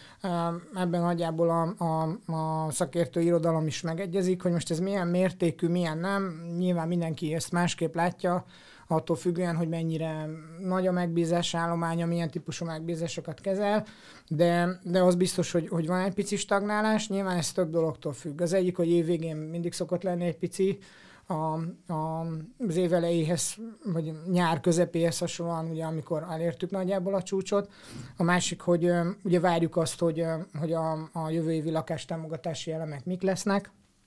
ebben nagyjából a, a, a szakértő irodalom is megegyezik, hogy most ez milyen mértékű, milyen nem. Nyilván mindenki ezt másképp látja, attól függően, hogy mennyire nagy a megbízás állománya, milyen típusú megbízásokat kezel, de, de az biztos, hogy, hogy van egy pici stagnálás. Nyilván ez több dologtól függ. Az egyik, hogy évvégén mindig szokott lenni egy pici, a, a, az év elejéhez, vagy nyár közepéhez hasonlóan, ugye, amikor elértük nagyjából a csúcsot. A másik, hogy ugye várjuk azt, hogy, hogy a, a jövő évi lakástámogatási elemek mik lesznek,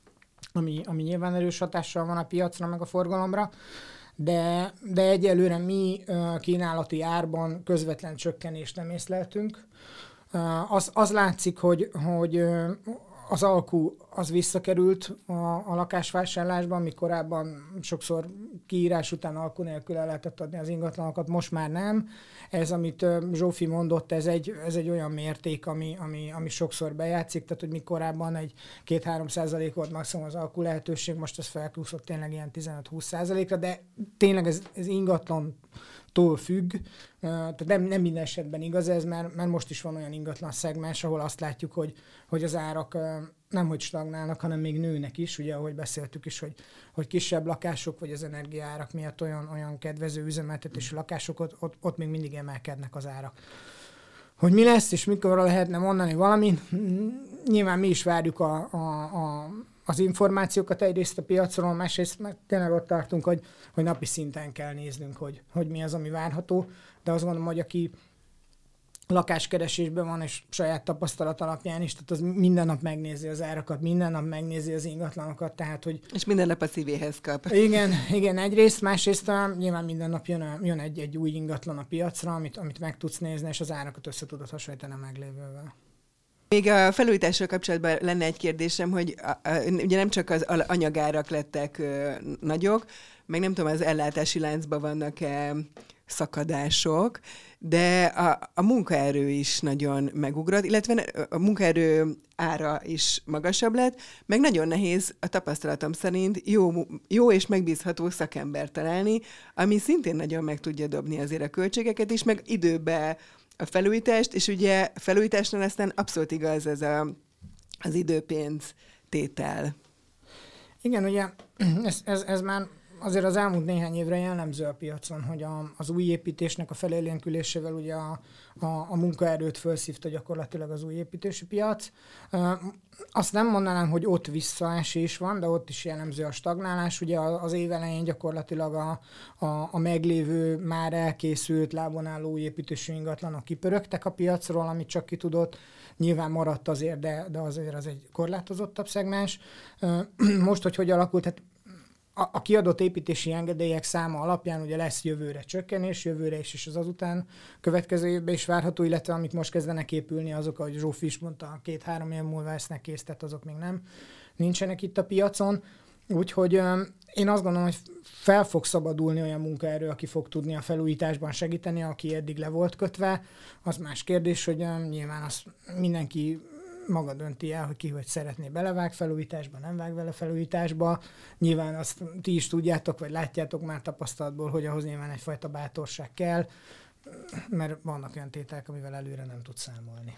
ami, ami nyilván erős hatással van a piacra, meg a forgalomra, de, de egyelőre mi kínálati árban közvetlen csökkenést nem észleltünk. Az, az látszik, hogy, hogy az alkú az visszakerült a, a lakásvásárlásban, ami korábban sokszor kiírás után alkú nélkül el lehetett adni az ingatlanokat, most már nem. Ez, amit Zsófi mondott, ez egy, ez egy olyan mérték, ami, ami, ami sokszor bejátszik, tehát hogy mi korábban egy két-három százalék volt maximum az alkú lehetőség, most ez felkúszott tényleg ilyen tizenöt-húsz százalékra, de tényleg ez, ez ingatlan tól függ, tehát nem, nem minden esetben igaz ez, mert, mert most is van olyan ingatlan szegmens, ahol azt látjuk, hogy, hogy az árak nem hogy stagnálnak, hanem még nőnek is, ugye ahogy beszéltük is, hogy, hogy kisebb lakások, vagy az energiaárak miatt olyan, olyan kedvező üzemeltetésű lakások, ott, ott, ott még mindig emelkednek az árak. Hogy mi lesz, és mikor lehetne mondani valamit, nyilván mi is várjuk a, a, a az információkat egyrészt a piacról, másrészt meg tényleg ott tartunk, hogy, hogy napi szinten kell néznünk, hogy, hogy mi az, ami várható, de azt gondolom, hogy aki lakáskeresésben van, és saját tapasztalat alapján is, tehát az minden nap megnézi az árakat, minden nap megnézi az ingatlanokat, tehát hogy... És minden nap a szívéhez kap. Igen, igen, egyrészt, másrészt nyilván minden nap jön, a, jön egy, egy új ingatlan a piacra, amit, amit meg tudsz nézni, és az árakat össze tudod hasonlítani a meglévővel. Még a felújítással kapcsolatban lenne egy kérdésem, hogy a, a, ugye nem csak az anyagárak lettek ö, nagyok, meg nem tudom, az ellátási láncban vannak-e szakadások, de a, a munkaerő is nagyon megugrott, illetve a munkaerő ára is magasabb lett, meg nagyon nehéz a tapasztalatom szerint jó, jó és megbízható szakembert találni, ami szintén nagyon meg tudja dobni azért a költségeket is, meg időbe a felújítást, és ugye felújításnál aztán abszolút igaz ez a, az időpénz tétel. Igen, ugye ez, ez, ez már azért az elmúlt néhány évre jellemző a piacon, hogy a, az új építésnek a felélénkülésével ugye a, a, a munkaerőt felszívta gyakorlatilag az új építési piac. Azt nem mondanám, hogy ott visszaesés van, de ott is jellemző a stagnálás. Ugye az év elején gyakorlatilag a, a, a meglévő, már elkészült, lábon álló új építésű ingatlanok kipörögtek a piacról, amit csak ki tudott. Nyilván maradt azért, de, de azért az egy korlátozottabb szegmens. Most, hogy hogy alakult, tehát a, a kiadott építési engedélyek száma alapján ugye lesz jövőre csökkenés, jövőre is, és az azután következő évben is várható, illetve amit most kezdenek épülni, azok, ahogy Zsófi is mondta, két-három év múlva lesznek kész, tehát azok még nem nincsenek itt a piacon. Úgyhogy én azt gondolom, hogy fel fog szabadulni olyan munkaerő, aki fog tudni a felújításban segíteni, aki eddig le volt kötve. Az más kérdés, hogy nyilván azt mindenki maga dönti el, hogy ki hogy szeretné, belevág felújításba, nem vág vele felújításba. Nyilván azt ti is tudjátok, vagy látjátok már tapasztalatból, hogy ahhoz nyilván egyfajta bátorság kell, mert vannak olyan tételek, amivel előre nem tud számolni.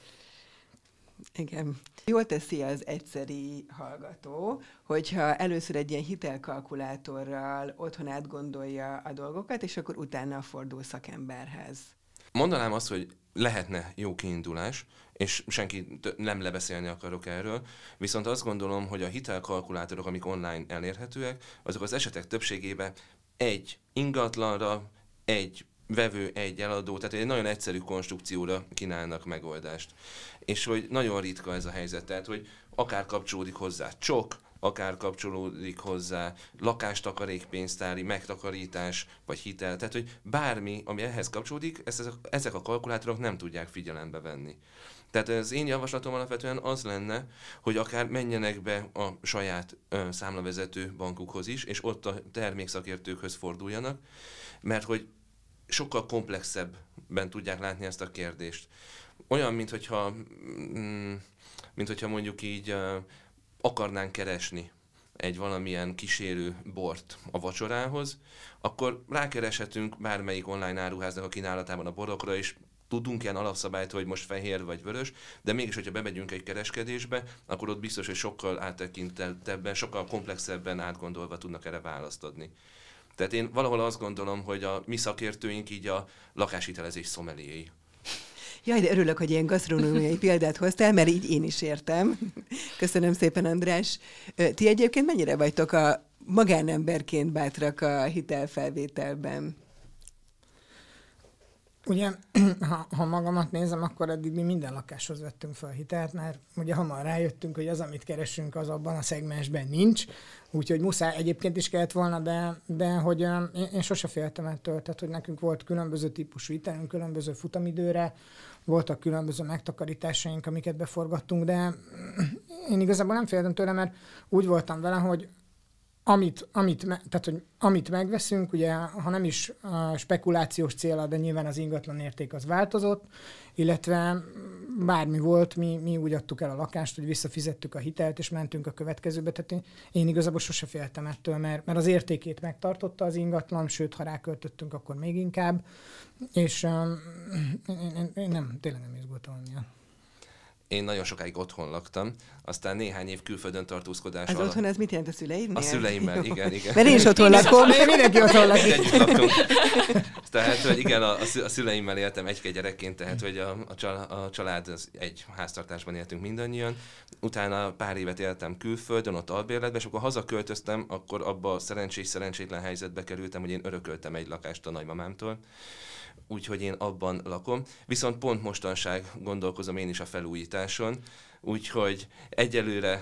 Igen. Jól teszi az egyszeri hallgató, hogyha először egy ilyen hitelkalkulátorral otthon átgondolja a dolgokat, és akkor utána fordul szakemberhez. Mondanám azt, hogy lehetne jó kiindulás, és senki nem lebeszélni akarok erről, viszont azt gondolom, hogy a hitelkalkulátorok, amik online elérhetőek, azok az esetek többségében egy ingatlanra, egy vevő, egy eladó, tehát egy nagyon egyszerű konstrukcióra kínálnak megoldást. És hogy nagyon ritka ez a helyzet, tehát hogy akár kapcsolódik hozzá csok, akár kapcsolódik hozzá lakástakarékpénztári, megtakarítás, vagy hitel, tehát hogy bármi, ami ehhez kapcsolódik, ezt, ezek a kalkulátorok nem tudják figyelembe venni. Tehát az én javaslatom alapvetően az lenne, hogy akár menjenek be a saját ö, számlavezető bankukhoz is, és ott a termékszakértőkhöz forduljanak, mert hogy sokkal komplexebben tudják látni ezt a kérdést. Olyan, mint hogyha, mm, mint hogyha mondjuk így uh, akarnánk keresni egy valamilyen kísérő bort a vacsorához, akkor rákereshetünk bármelyik online áruháznak a kínálatában a borokra, és tudunk ilyen alapszabályt, hogy most fehér vagy vörös, de mégis, hogyha bemegyünk egy kereskedésbe, akkor ott biztos, hogy sokkal áttekintettebben, sokkal komplexebben átgondolva tudnak erre választ adni. Tehát én valahol azt gondolom, hogy a mi szakértőink így a lakáshitelezés szomeliéi. Jaj, de örülök, hogy ilyen gasztronómiai példát hoztál, mert így én is értem. Köszönöm szépen, András. Ti egyébként mennyire vagytok a magánemberként bátrak a hitelfelvételben? Ugye, ha, ha magamat nézem, akkor eddig mi minden lakáshoz vettünk fel hitelt, mert ugye hamar rájöttünk, hogy az, amit keresünk, az abban a szegmensben nincs, úgyhogy muszáj egyébként is kellett volna, de, de hogy én, én sose féltem ettől, tehát hogy nekünk volt különböző típusú hitelünk, különböző futamidőre, voltak különböző megtakarításaink, amiket beforgattunk, de én igazából nem féltem tőle, mert úgy voltam vele, hogy Amit, amit, tehát, hogy amit megveszünk, ugye, ha nem is uh, spekulációs célra, de nyilván az ingatlan érték az változott, illetve bármi volt, mi, mi úgy adtuk el a lakást, hogy visszafizettük a hitelt, és mentünk a következőbe. Tehát én, én igazából sose féltem ettől, mert, mert az értékét megtartotta az ingatlan, sőt, ha ráköltöttünk, akkor még inkább, és um, én, én, én nem, tényleg nem izgultam amiatt. Én nagyon sokáig otthon laktam, aztán néhány év külföldön tartózkodás Az alatt... otthon, ez mit jelent a szüleidnél? A szüleimmel, igen, igen. Mert én is otthon lakom. Mindenki otthon lakik. Együtt laktunk. Tehát, hogy igen, a, a szüleimmel éltem egy-két gyerekként, tehát, hogy a, a család, az egy háztartásban éltünk mindannyian. Utána pár évet éltem külföldön, ott albérletben, és akkor hazaköltöztem, akkor abba a szerencsés-szerencsétlen helyzetbe kerültem, hogy én örököltem egy lakást a nagymamámtól. Úgyhogy én abban lakom. Viszont pont mostanság gondolkozom én is a felújításon, úgyhogy egyelőre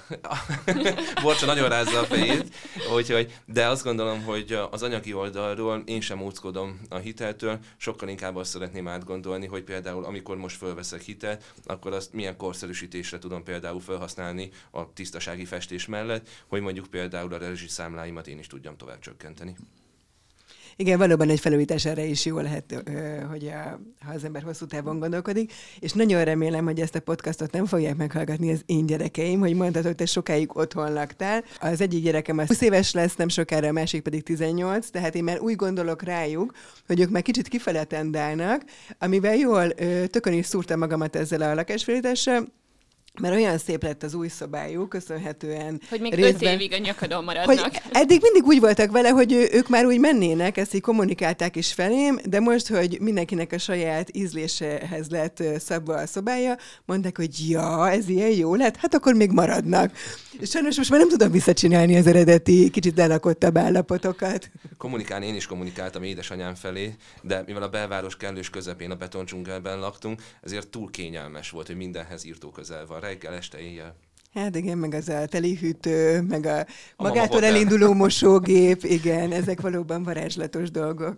Borcsa nagyon rázza a fejét, úgyhogy, de azt gondolom, hogy az anyagi oldalról én sem óckodom a hiteltől, sokkal inkább azt szeretném átgondolni, hogy például amikor most fölveszek hitelt, akkor azt milyen korszerűsítésre tudom például felhasználni a tisztasági festés mellett, hogy mondjuk például a rezsiszámláimat én is tudjam tovább csökkenteni. Igen, valóban egy felújítás erre is jó lehet, hogy a, ha az ember hosszú távon gondolkodik, és nagyon remélem, hogy ezt a podcastot nem fogják meghallgatni az én gyerekeim, hogy mondtad, hogy te sokáig otthon laktál. Az egyik gyerekem az húsz éves lesz, nem sokára, a másik pedig tizennyolc, tehát én már úgy gondolok rájuk, hogy ők már kicsit kifele tendálnak, amivel jól tökön is szúrtam magamat ezzel a lakásfelújítással, mert olyan szép lett az új szobájuk, köszönhetően Hogy még részben, öt évig a nyakadon maradnak. hogy eddig mindig úgy voltak vele, hogy ő, ők már úgy mennének, ezt így kommunikálták is felém, de most, hogy mindenkinek a saját ízlésehez lett szabva a szobája, mondták, hogy ja, ez ilyen jó lett, hát akkor még maradnak. És sajnos most már nem tudom visszacsinálni az eredeti, kicsit lelakottabb állapotokat. Kommunikálni én is kommunikáltam édesanyám felé, de mivel a belváros kellős közepén a betondzsungelben laktunk, ezért túl kényelmes volt, hogy mindenhez írtó közel van, reggel, este, éjjel. Hát igen, meg az a telihűtő, meg a, a magától elinduló mosógép, igen, ezek valóban varázslatos dolgok.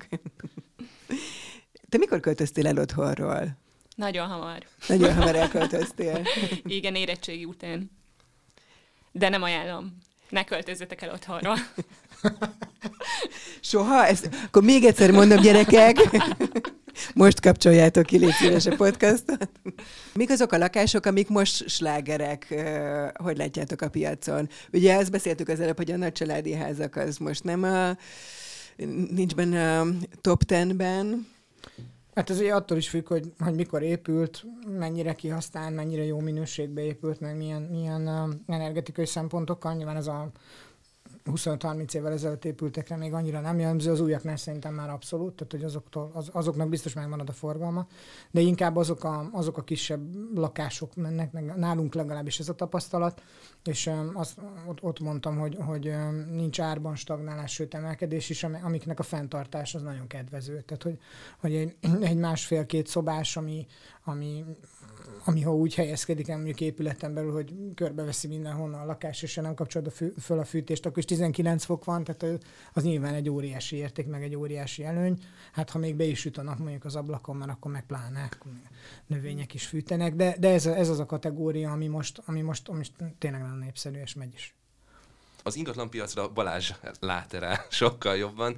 Te mikor költöztél el otthonról? Nagyon hamar. Nagyon hamar elköltöztél. Igen, érettségi után. De nem ajánlom. Ne költözzetek el otthonról. Soha? Ezt, akkor még egyszer mondom, gyerekek. Most kapcsoljátok ki, légy szíves a podcastot. Mik azok a lakások, amik most slágerek, hogy látjátok a piacon? Ugye azt beszéltük az előbb, hogy a nagycsaládi házak az most nem a, nincs benne a top tenben. Hát ez ugye attól is függ, hogy, hogy mikor épült, mennyire kihasznált, mennyire jó minőségbe épült, meg milyen, milyen uh, energetikai szempontokkal. Nyilván ez a huszonöt-harminc évvel ezelőtt épültekre még annyira nem jellemző, az újaknál szerintem már abszolút, tehát hogy azoktól, az, azoknak biztos megmarad a forgalma, de inkább azok a, azok a kisebb lakások mennek, meg nálunk legalábbis ez a tapasztalat, és um, azt, ott, ott mondtam, hogy, hogy um, nincs árban stagnálás, sőt emelkedés is, amiknek a fenntartás az nagyon kedvező. Tehát, hogy, hogy egy, egy másfél-két szobás, ami, ami ami ha úgy helyezkedik el mondjuk épületen belül, hogy körbeveszi mindenhonnan a lakás, és ha nem kapcsolod a fű, föl a fűtést, akkor is tizenkilenc fok van, tehát az nyilván egy óriási érték, meg egy óriási előny. Hát ha még be is süt a nap mondjuk az ablakon, mert akkor meg pláne növények is fűtenek, de, de ez, ez az a kategória, ami most, ami most, ami most tényleg nagyon népszerű, és megy is. Az ingatlanpiacra Balázs lát rá sokkal jobban.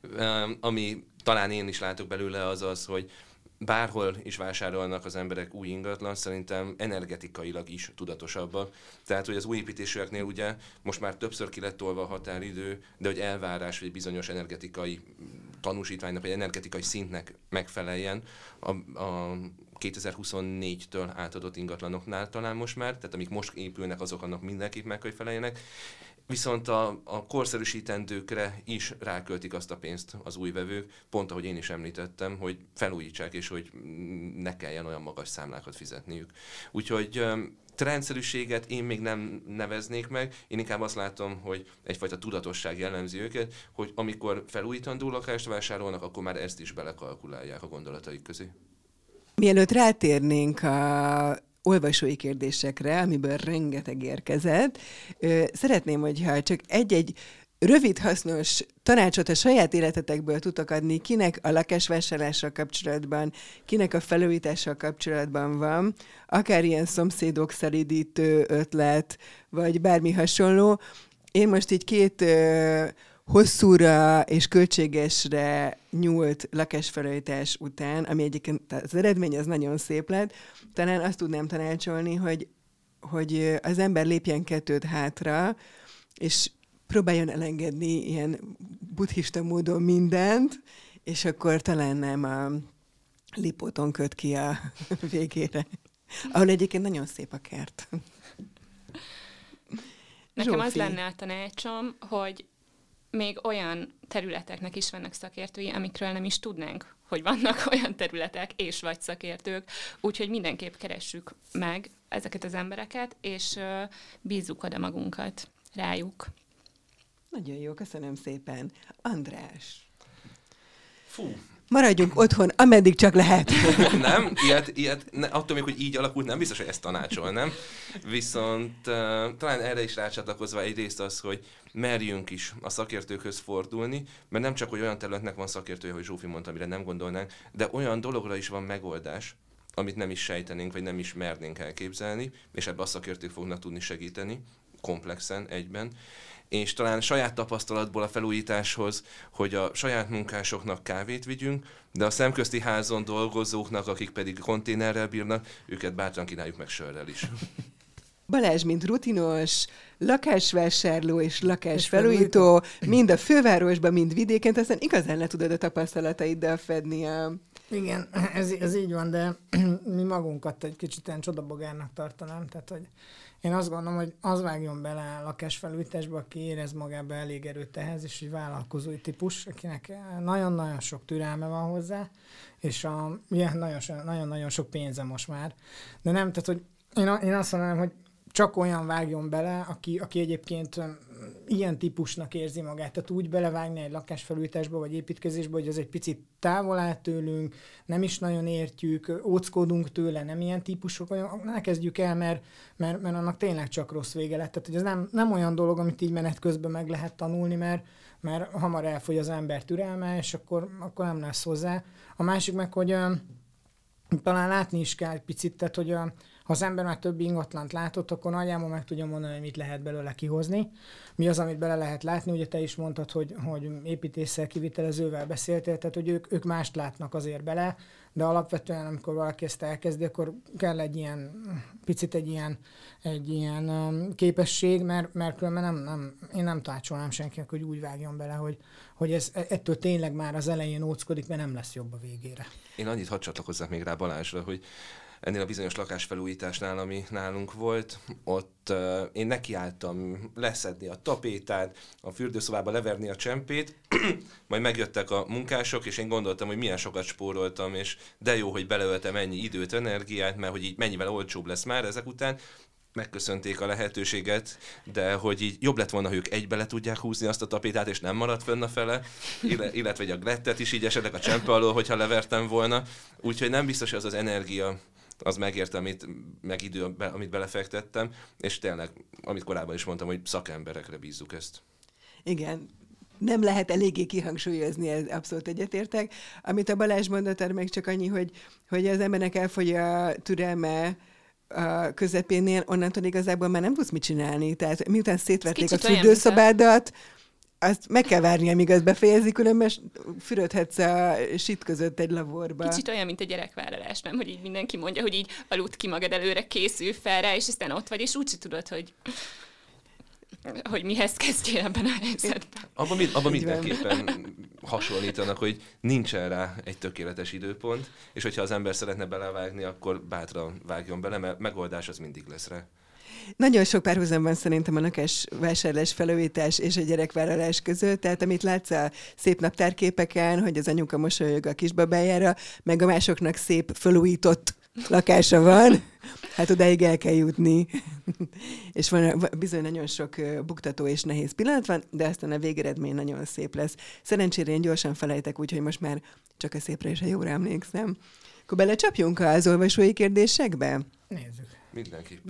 Ami talán én is látok belőle, az az, hogy bárhol is vásárolnak az emberek új ingatlan, szerintem energetikailag is tudatosabbak. Tehát, hogy az új építésűeknél ugye most már többször ki lett tolva a határidő, de hogy elvárás, hogy egy bizonyos energetikai tanúsítványnak, vagy energetikai szintnek megfeleljen a, a kétezer-huszonnégytől átadott ingatlanoknál talán most már, tehát amik most épülnek, azok annak mindenképp meg, hogy feleljenek. Viszont a, a korszerűsítendőkre is ráköltik azt a pénzt az új vevők, pont ahogy én is említettem, hogy felújítsák, és hogy ne kelljen olyan magas számlákat fizetniük. Úgyhogy trendszerűséget én még nem neveznék meg, én inkább azt látom, hogy egyfajta tudatosság jellemzi őket, hogy amikor felújítandó lakást vásárolnak, akkor már ezt is belekalkulálják a gondolataik közé. Mielőtt rátérnénk a olvasói kérdésekre, amiből rengeteg érkezett. Szeretném, hogyha csak egy-egy rövid, hasznos tanácsot a saját életetekből tudok adni, kinek a lakásvásárlással kapcsolatban, kinek a felújítással kapcsolatban van, akár ilyen szomszédok szelídítő ötlet, vagy bármi hasonló. Én most így két ö, hosszúra és költségesre nyúlt lakásfelújítás után, ami egyébként az eredmény az nagyon szép lett, talán azt tudnám tanácsolni, hogy, hogy az ember lépjen kettőt hátra, és próbáljon elengedni ilyen buddhista módon mindent, és akkor talán nem a Lipóton köt ki a végére, ahol egyébként nagyon szép a kert. Nekem Zsófi. Az lenne a tanácsom, hogy még olyan területeknek is vannak szakértői, amikről nem is tudnánk, hogy vannak olyan területek és vagy szakértők, úgyhogy mindenképp keressük meg ezeket az embereket, és uh, bízzuk oda magunkat rájuk. Nagyon jó, köszönöm szépen. András. Fú. Maradjunk otthon, ameddig csak lehet. Nem, ilyet, ilyet ne, attól még, hogy így alakult, nem biztos, hogy ezt tanácsolnám. Viszont uh, talán erre is rácsatlakozva egyrészt az, hogy merjünk is a szakértőkhöz fordulni, mert nem csak, hogy olyan területnek van szakértője, hogy Zsófi mondta, amire nem gondolnánk, de olyan dologra is van megoldás, amit nem is sejtenénk, vagy nem is mernénk elképzelni, és ebbe a szakértők fognak tudni segíteni, komplexen, egyben. És talán saját tapasztalatból a felújításhoz, hogy a saját munkásoknak kávét vigyünk, de a szemközti házon dolgozóknak, akik pedig konténerrel bírnak, őket bátran kínáljuk meg sörrel is. Balázs, mint rutinos lakásvásárló és lakásfelújító, mind a fővárosban, mind vidéken, aztán igazán le tudod a tapasztalataiddal fedni a Igen, ez, ez így van, de mi magunkat egy kicsit ilyen csodabogárnak tartanám, tehát hogy én azt gondolom, hogy az vágjon bele a lakásfelújításba, aki érez magába elég erőt ehhez, és egy vállalkozói típus, akinek nagyon-nagyon sok türelme van hozzá, és a, ilyen nagyon-nagyon sok pénze most már. De nem, tehát hogy én, én azt mondanám, hogy csak olyan vágjon bele, aki, aki egyébként ilyen típusnak érzi magát. Tehát úgy belevágni egy lakásfelújításba vagy építkezésbe, hogy az egy picit távol áll tőlünk, nem is nagyon értjük, óckodunk tőle, nem ilyen típusok vagyunk. Ne kezdjük el, mert, mert, mert annak tényleg csak rossz vége lett. Tehát hogy ez nem, nem olyan dolog, amit így menet közben meg lehet tanulni, mert, mert hamar elfogy az ember türelme, és akkor, akkor nem lesz hozzá. A másik meg, hogy uh, talán látni is kell egy picit, tehát hogy uh, ha az ember már több ingatlant látott, akkor nagyjából meg tudja mondani, hogy mit lehet belőle kihozni. Mi az, amit bele lehet látni, ugye te is mondtad, hogy, hogy építéssel, kivitelezővel beszéltél, tehát hogy ők, ők mást látnak azért bele, de alapvetően, amikor valaki ezt elkezdi, akkor kell egy ilyen, picit egy ilyen, egy ilyen um, képesség, mert, mert különben nem, nem, én nem tanácsolnám senkinek, hogy úgy vágjon bele, hogy, hogy ez ettől tényleg már az elején óckodik, mert nem lesz jobb a végére. Én annyit hadd csatlakozzak még rá Balázsra, hogy ennél a bizonyos lakásfelújításnál, ami nálunk volt, ott uh, én nekiálltam leszedni a tapétát, a fürdőszobába leverni a csempét, majd megjöttek a munkások, és én gondoltam, hogy milyen sokat spóroltam, és de jó, hogy beleöltem ennyi időt, energiát, mert hogy így mennyivel olcsóbb lesz már ezek után. Megköszönték a lehetőséget, de hogy így jobb lett volna, hogy ők egybe le tudják húzni azt a tapétát, és nem maradt fönn a fele, illetve egy a glettet is így esetleg a csempe alól, hogyha levertem volna. Úgyhogy nem biztos, hogy az az energia az megérte, amit, meg idő, amit belefektettem, és tényleg, amit korábban is mondtam, hogy szakemberekre bízzuk ezt. Igen, nem lehet eléggé kihangsúlyozni, ez abszolút egyetértek. Amit a Balázs mondott, meg csak annyi, hogy, hogy az embernek elfogy a türelme a közepénél, onnantól igazából már nem tudsz mit csinálni. Tehát miután szétvették a fürdőszobádat, azt meg kell várni, amíg azt befejezik, különben fürödhetsz a sit között egy laborba. Kicsit olyan, mint a gyerekvállalás, nem? Hogy így mindenki mondja, hogy így aludt ki magad előre, készül fel rá, és aztán ott vagy, és úgy tudod, hogy, hogy mihez kezdjél ebben a helyzetben. Abban, abban mindenképpen hasonlítanak, hogy nincsen rá egy tökéletes időpont, és hogyha az ember szeretne belevágni, akkor bátran vágjon bele, mert megoldás az mindig lesz rá. Nagyon sok párhuzam van szerintem a lakásvásárlás, felújítás és a gyerekvállalás között, tehát amit látsz a szép naptárképeken, hogy az anyuka mosolyog a kisbabájára, meg a másoknak szép felújított lakása van, hát odáig el kell jutni. És van bizony nagyon sok buktató és nehéz pillanat van, de aztán a végeredmény nagyon szép lesz. Szerencsére én gyorsan felejtek, úgyhogy most már csak a szépre és a jóra emlékszem. Akkor belecsapjunk az olvasói kérdésekbe? Nézzük. Mindenképp.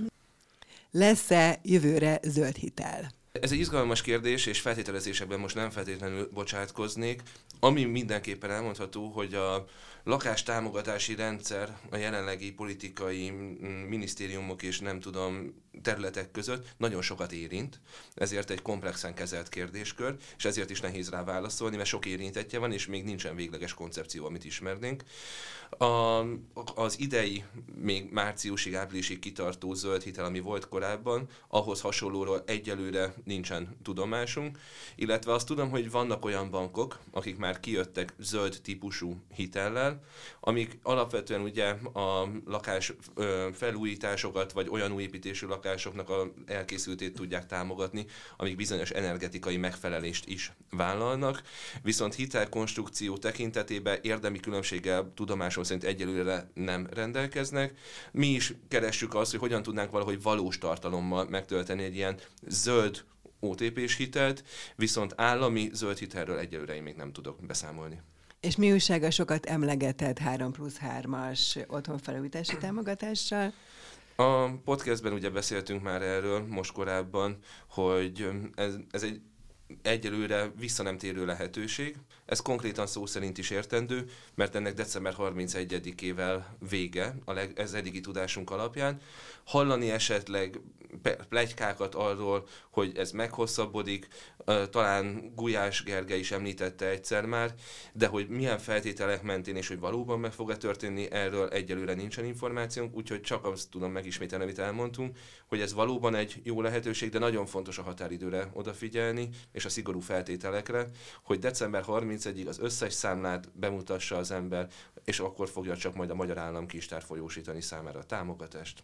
Lesz-e jövőre zöld hitel? Ez egy izgalmas kérdés, és feltételezésekben most nem feltétlenül bocsátkoznék. Ami mindenképpen elmondható, hogy a lakástámogatási rendszer a jelenlegi politikai minisztériumok és nem tudom területek között nagyon sokat érint, ezért egy komplexen kezelt kérdéskör, és ezért is nehéz rá válaszolni, mert sok érintettje van, és még nincsen végleges koncepció, amit ismernénk. A, az idei, még márciusig, áprilisig kitartó zöld hitel, ami volt korábban, ahhoz hasonlóról egyelőre nincsen tudomásunk, illetve azt tudom, hogy vannak olyan bankok, akik már kijöttek zöld típusú hitellel, amik alapvetően ugye a lakás ö, felújításokat, vagy olyan új építésű lakásoknak a elkészültét tudják támogatni, amik bizonyos energetikai megfelelést is vállalnak, viszont hitelkonstrukció tekintetében érdemi különbséggel tudomásom szerint egyelőre nem rendelkeznek. Mi is keressük azt, hogy hogyan tudnánk valahogy valós tartalommal megtölteni egy ilyen zöld o té pés hitelt, viszont állami zöld hitelről egyelőre én még nem tudok beszámolni. És mi újság a sokat emlegetett három plusz hármas otthonfelújítási támogatással? A podcastben ugye beszéltünk már erről most korábban, hogy ez, ez egy egyelőre vissza nem térő lehetőség. Ez konkrétan szó szerint is értendő, mert ennek december harmincegyedikével vége, a leg, ez eddigi tudásunk alapján. Hallani esetleg pletykákat arról, hogy ez meghosszabbodik, talán Gulyás Gergely is említette egyszer már, de hogy milyen feltételek mentén és hogy valóban meg fog-e történni, erről egyelőre nincsen információnk, úgyhogy csak azt tudom megismételni, amit elmondtunk, hogy ez valóban egy jó lehetőség, de nagyon fontos a határidőre odafigyelni, és és a szigorú feltételekre, hogy december harmincadikáig az összes számlát bemutassa az ember, és akkor fogja csak majd a Magyar Állam Kincstár folyósítani számára a támogatást.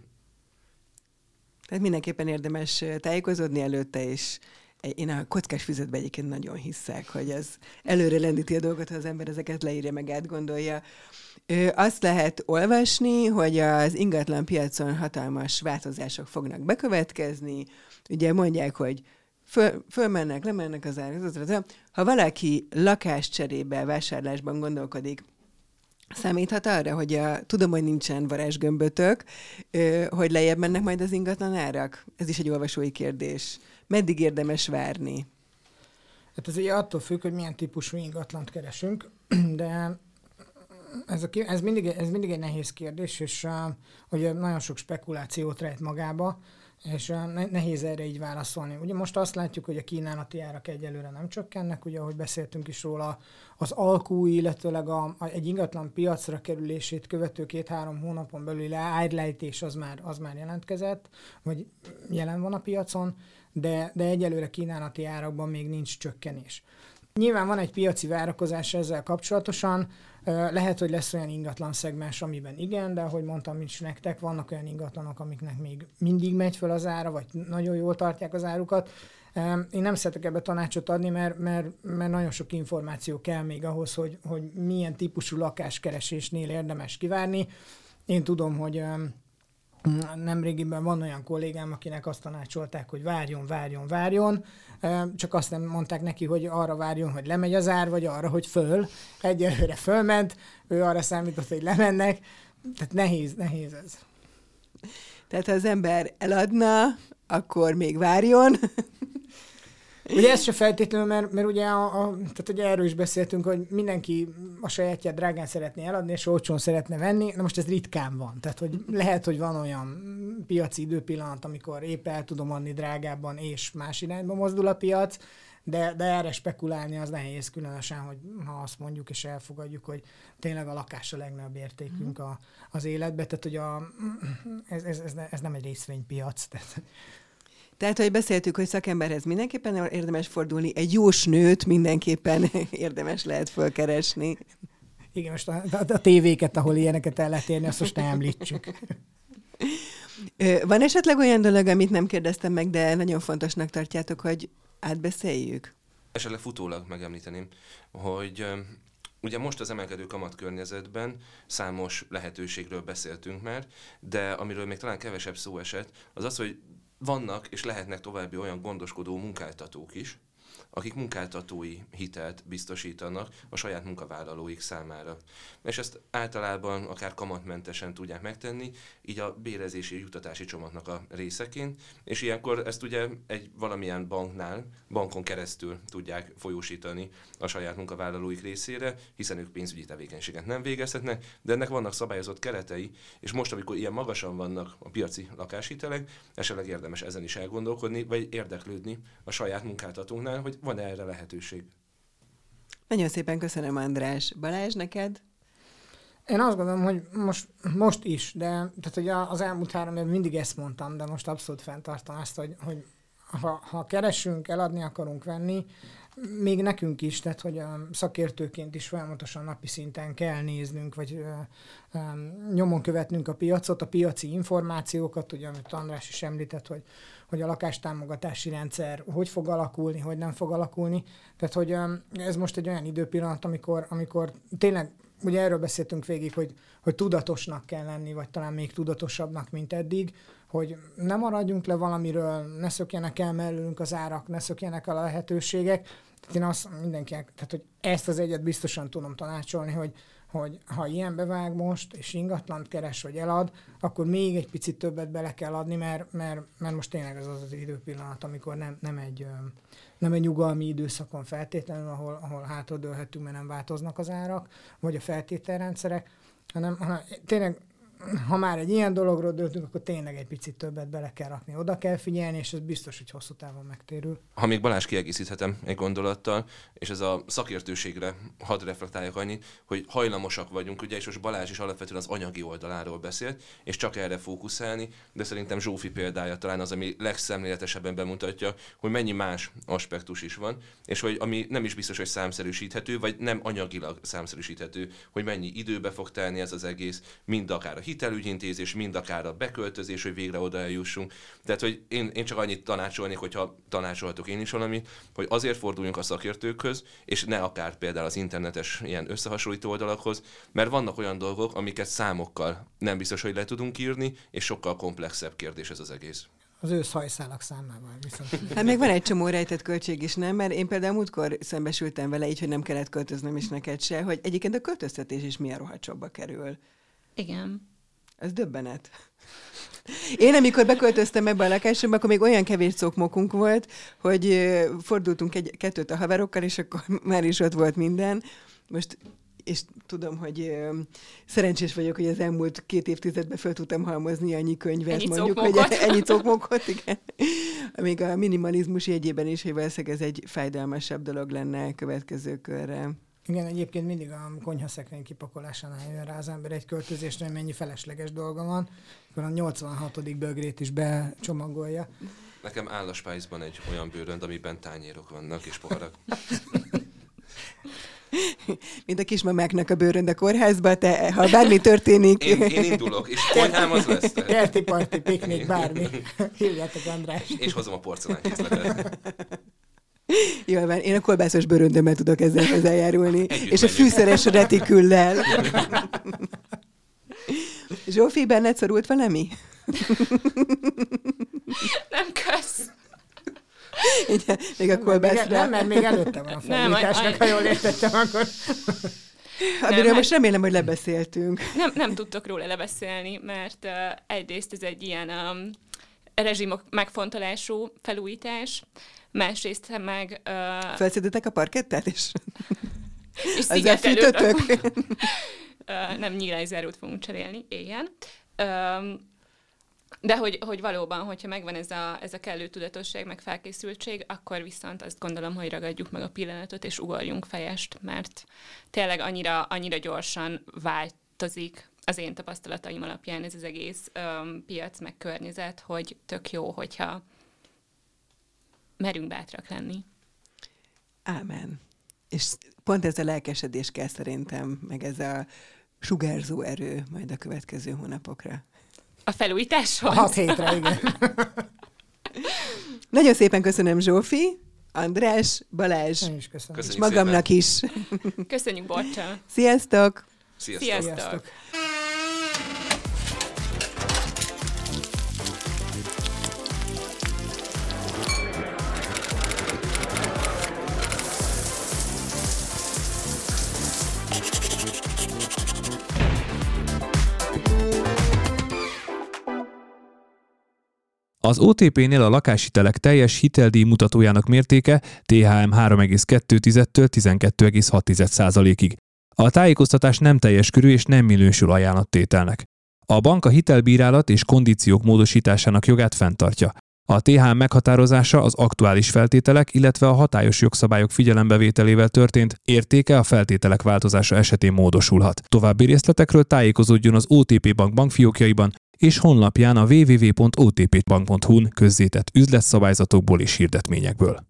Tehát mindenképpen érdemes tájékozódni előtte, és én a kockás füzetben egyébként nagyon hiszek, hogy ez előre lendíti a dolgot, ha az ember ezeket leírja, meg átgondolja. Azt lehet olvasni, hogy az ingatlan piacon hatalmas változások fognak bekövetkezni. Ugye mondják, hogy föl, fölmennek, lemennek az árak. Ha valaki lakáscserébe, vásárlásban gondolkodik, számíthat arra, hogy a, tudom, hogy nincsen varázsgömbötök, hogy lejjebb mennek majd az ingatlan árak? Ez is egy olvasói kérdés. Meddig érdemes várni? Hát ez ugye attól függ, hogy milyen típusú ingatlant keresünk, de ez, a, ez, mindig, ez mindig egy nehéz kérdés, és uh, ugye nagyon sok spekulációt rejt magába, és uh, nehéz erre így válaszolni. Ugye most azt látjuk, hogy a kínálati árak egyelőre nem csökkennek, ugye ahogy beszéltünk is róla, az alkú, illetőleg a, a, egy ingatlan piacra kerülését követő két-három hónapon belüli árlejtés az már, az már jelentkezett, vagy jelen van a piacon, de, de egyelőre kínálati árakban még nincs csökkenés. Nyilván van egy piaci várakozás ezzel kapcsolatosan, lehet, hogy lesz olyan ingatlan szegmens, amiben igen, de ahogy mondtam is nektek, vannak olyan ingatlanok, amiknek még mindig megy fel az ára, vagy nagyon jól tartják az árukat. Én nem szeretek ebbe tanácsot adni, mert, mert, mert nagyon sok információ kell még ahhoz, hogy, hogy milyen típusú lakáskeresésnél érdemes kivárni. Én tudom, hogy nemrégiben van olyan kollégám, akinek azt tanácsolták, hogy várjon, várjon, várjon, csak azt nem mondták neki, hogy arra várjon, hogy lemegy az ár, vagy arra, hogy föl. Egyelőre fölment, ő arra számított, hogy lemennek, tehát nehéz, nehéz ez. Tehát ha az ember eladna, akkor még várjon. Ugye ez se feltétlenül, mert, mert ugye, a, a, tehát ugye erről is beszéltünk, hogy mindenki a sajátját drágán szeretné eladni, és olcsón szeretne venni, na most ez ritkán van. Tehát hogy lehet, hogy van olyan piaci időpillanat, amikor épp el tudom adni drágábban, és más irányba mozdul a piac, de, de erre spekulálni az nehéz, különösen, hogy ha azt mondjuk és elfogadjuk, hogy tényleg a lakás a legnagyobb értékünk a, az életbe, tehát hogy a, ez, ez, ez, ez nem egy részvénypiac, tehát... Tehát, hogy beszéltük, hogy szakemberhez mindenképpen érdemes fordulni, egy jósnőt mindenképpen érdemes lehet fölkeresni. Igen, most a, a, a tévéket, ahol ilyeneket el lehet érni, azt most ne említsük. Van esetleg olyan dolog, amit nem kérdeztem meg, de nagyon fontosnak tartjátok, hogy átbeszéljük? Esetleg futólag megemlíteném, hogy ugye most az emelkedő kamatkörnyezetben számos lehetőségről beszéltünk már, de amiről még talán kevesebb szó esett, az az, hogy vannak és lehetnek további olyan gondoskodó munkáltatók is, akik munkáltatói hitelt biztosítanak a saját munkavállalóik számára. És ezt általában akár kamatmentesen tudják megtenni, így a bérezési juttatási csomagnak a részeként, és ilyenkor ezt ugye egy valamilyen banknál, bankon keresztül tudják folyósítani a saját munkavállalóik részére, hiszen ők pénzügyi tevékenységet nem végezhetnek, de ennek vannak szabályozott keretei, és most, amikor ilyen magasan vannak a piaci lakáshitelek, esetleg érdemes ezen is elgondolkodni, vagy érdeklődni a saját munkáltatónknál, hogy van erre lehetőség. Nagyon szépen köszönöm, András. Balázs, neked? Én azt gondolom, hogy most, most is, de tehát, hogy az elmúlt három évben mindig ezt mondtam, de most abszolút fenntartom azt, hogy, hogy ha, ha keresünk, eladni akarunk venni, még nekünk is, tehát hogy a szakértőként is folyamatosan napi szinten kell néznünk, vagy ö, ö, nyomon követnünk a piacot, a piaci információkat, ugye, amit András is említett, hogy, hogy a lakástámogatási rendszer hogy fog alakulni, hogy nem fog alakulni. Tehát, hogy ö, ez most egy olyan időpillanat, amikor, amikor tényleg, ugye erről beszéltünk végig, hogy, hogy tudatosnak kell lenni, vagy talán még tudatosabbnak, mint eddig, hogy ne maradjunk le valamiről, ne szökjenek el mellőlünk az árak, ne szökjenek el a lehetőségek. Tehát én azt mindenkinek, tehát hogy ezt az egyet biztosan tudom tanácsolni, hogy, hogy ha ilyen bevág most, és ingatlant keres, vagy elad, akkor még egy picit többet bele kell adni, mert, mert, mert most tényleg az az, az időpillanat, amikor nem, nem, egy, nem egy nyugalmi időszakon feltétlenül, ahol, ahol hátradőlhetünk, mert nem változnak az árak, vagy a feltételrendszerek, hanem, hanem tényleg ha már egy ilyen dologról döntünk, akkor tényleg egy picit többet bele kell rakni, oda kell figyelni, és ez biztos, hogy hosszú távon megtérül. Ha még Balázs kiegészíthetem egy gondolattal, és ez a szakértőségre hadd reflektáljak annyit, hogy hajlamosak vagyunk, ugye, és most Balázs is alapvetően az anyagi oldaláról beszélt, és csak erre fókuszálni, de szerintem Zsófi példája talán az, ami legszemléletesebben bemutatja, hogy mennyi más aspektus is van, és hogy ami nem is biztos, hogy számszerűsíthető, vagy nem anyagilag számszerűsíthető, hogy mennyi időbe fog telni ez az egész, mind akár a hitelügyintézés, mind akár a beköltözés, hogy végre oda eljussunk. Tehát, hogy én, én csak annyit tanácsolnék, hogyha tanácsolhatok én is valamit, hogy azért forduljunk a szakértőkhöz, és ne akár például az internetes ilyen összehasonlító oldalakhoz, mert vannak olyan dolgok, amiket számokkal nem biztos, hogy le tudunk írni, és sokkal komplexebb kérdés ez az egész. Az ősz hajszálak számával viszont. Hát még van egy csomó rejtett költség is, nem? Mert én például múltkor szembesültem vele így, hogy nem kellett költöznöm is neked se, hogy egyébként a költöztetés is milyen rohadt kerül. Igen. Ez döbbenet. Én amikor beköltöztem ebbe a lakásba, akkor még olyan kevés cokmokunk volt, hogy fordultunk egy-kettőt a haverokkal, és akkor már is ott volt minden. Most, és tudom, hogy szerencsés vagyok, hogy az elmúlt két évtizedben föl tudtam halmozni annyi könyvet, ennyi mondjuk, cokmokot. hogy ennyi cokmokot, igen. Még a minimalizmus jegyében is, hogy valószínűleg ez egy fájdalmasabb dolog lenne a következő körre. Igen, egyébként mindig a konyhaszekrény kipakolásánál jön rá az ember egy költözésre, hogy mennyi felesleges dolga van, akkor a nyolcvanhatodik bögrét is becsomagolja. Nekem áll a Spice-ban egy olyan bőrönd, amiben tányérok vannak és poharak. Mint a kismamáknak a bőrönd a kórházba, te, ha bármi történik... Én, én indulok, és konyhám az lesz. Kerti parti, piknik, bármi. Hívjátok András. És hozom a porcelánkészletet. Jól van, én a kolbászos bőröndömmel tudok ezzel hozzájárulni. Együtt És a megyünk. fűszeres retiküllel. Zsófi, benned szorult valami? Nem kösz. Igen, még a kolbászra. Nem, mert még előtte van a felújításnak, ha jól értettem, akkor... Amiről Nem, most remélem, hogy lebeszéltünk. Nem, nem tudtok róla lebeszélni, mert uh, egyrészt ez egy ilyen um, rezsimok megfontolású felújítás, másrészt meg... Uh, Felszedítek a parkettát, és és ezzel szigetelőt fűtötök. uh, nem nyílászárót fogunk cserélni éjjel. Um, de hogy, hogy valóban, hogyha megvan ez a, ez a kellő tudatosság, meg felkészültség, akkor viszont azt gondolom, hogy ragadjuk meg a pillanatot, és ugorjunk fejest, mert tényleg annyira, annyira gyorsan változik az én tapasztalataim alapján ez az egész um, piac, meg környezet, hogy tök jó, hogyha merünk bátrak lenni. Ámen. És pont ez a lelkesedés kell szerintem, meg ez a sugárzó erő majd a következő hónapokra. A felújításhoz? Hat hétre, igen. Nagyon szépen köszönöm Zsófi, András, Balázs, Én is köszönöm. és Köszönjük magamnak szépen. is. Köszönjük, Borcsa! Sziasztok! Sziasztok! Sziasztok! Sziasztok. Az o té pé-nél a lakáshitelek teljes hiteldíj mutatójának mértéke té há em három egész kettő-től tizenkettő egész hat százalékig. A tájékoztatás nem teljes körű és nem minősül ajánlattételnek. A bank a hitelbírálat és kondíciók módosításának jogát fenntartja. A té há em meghatározása az aktuális feltételek, illetve a hatályos jogszabályok figyelembevételével történt, értéke a feltételek változása esetén módosulhat. További részletekről tájékozódjon az o té pé Bank bankfiókjaiban és honlapján a double-u double-u double-u pont o t p bank pont hu-n közzétett üzletszabályzatokból és hirdetményekből.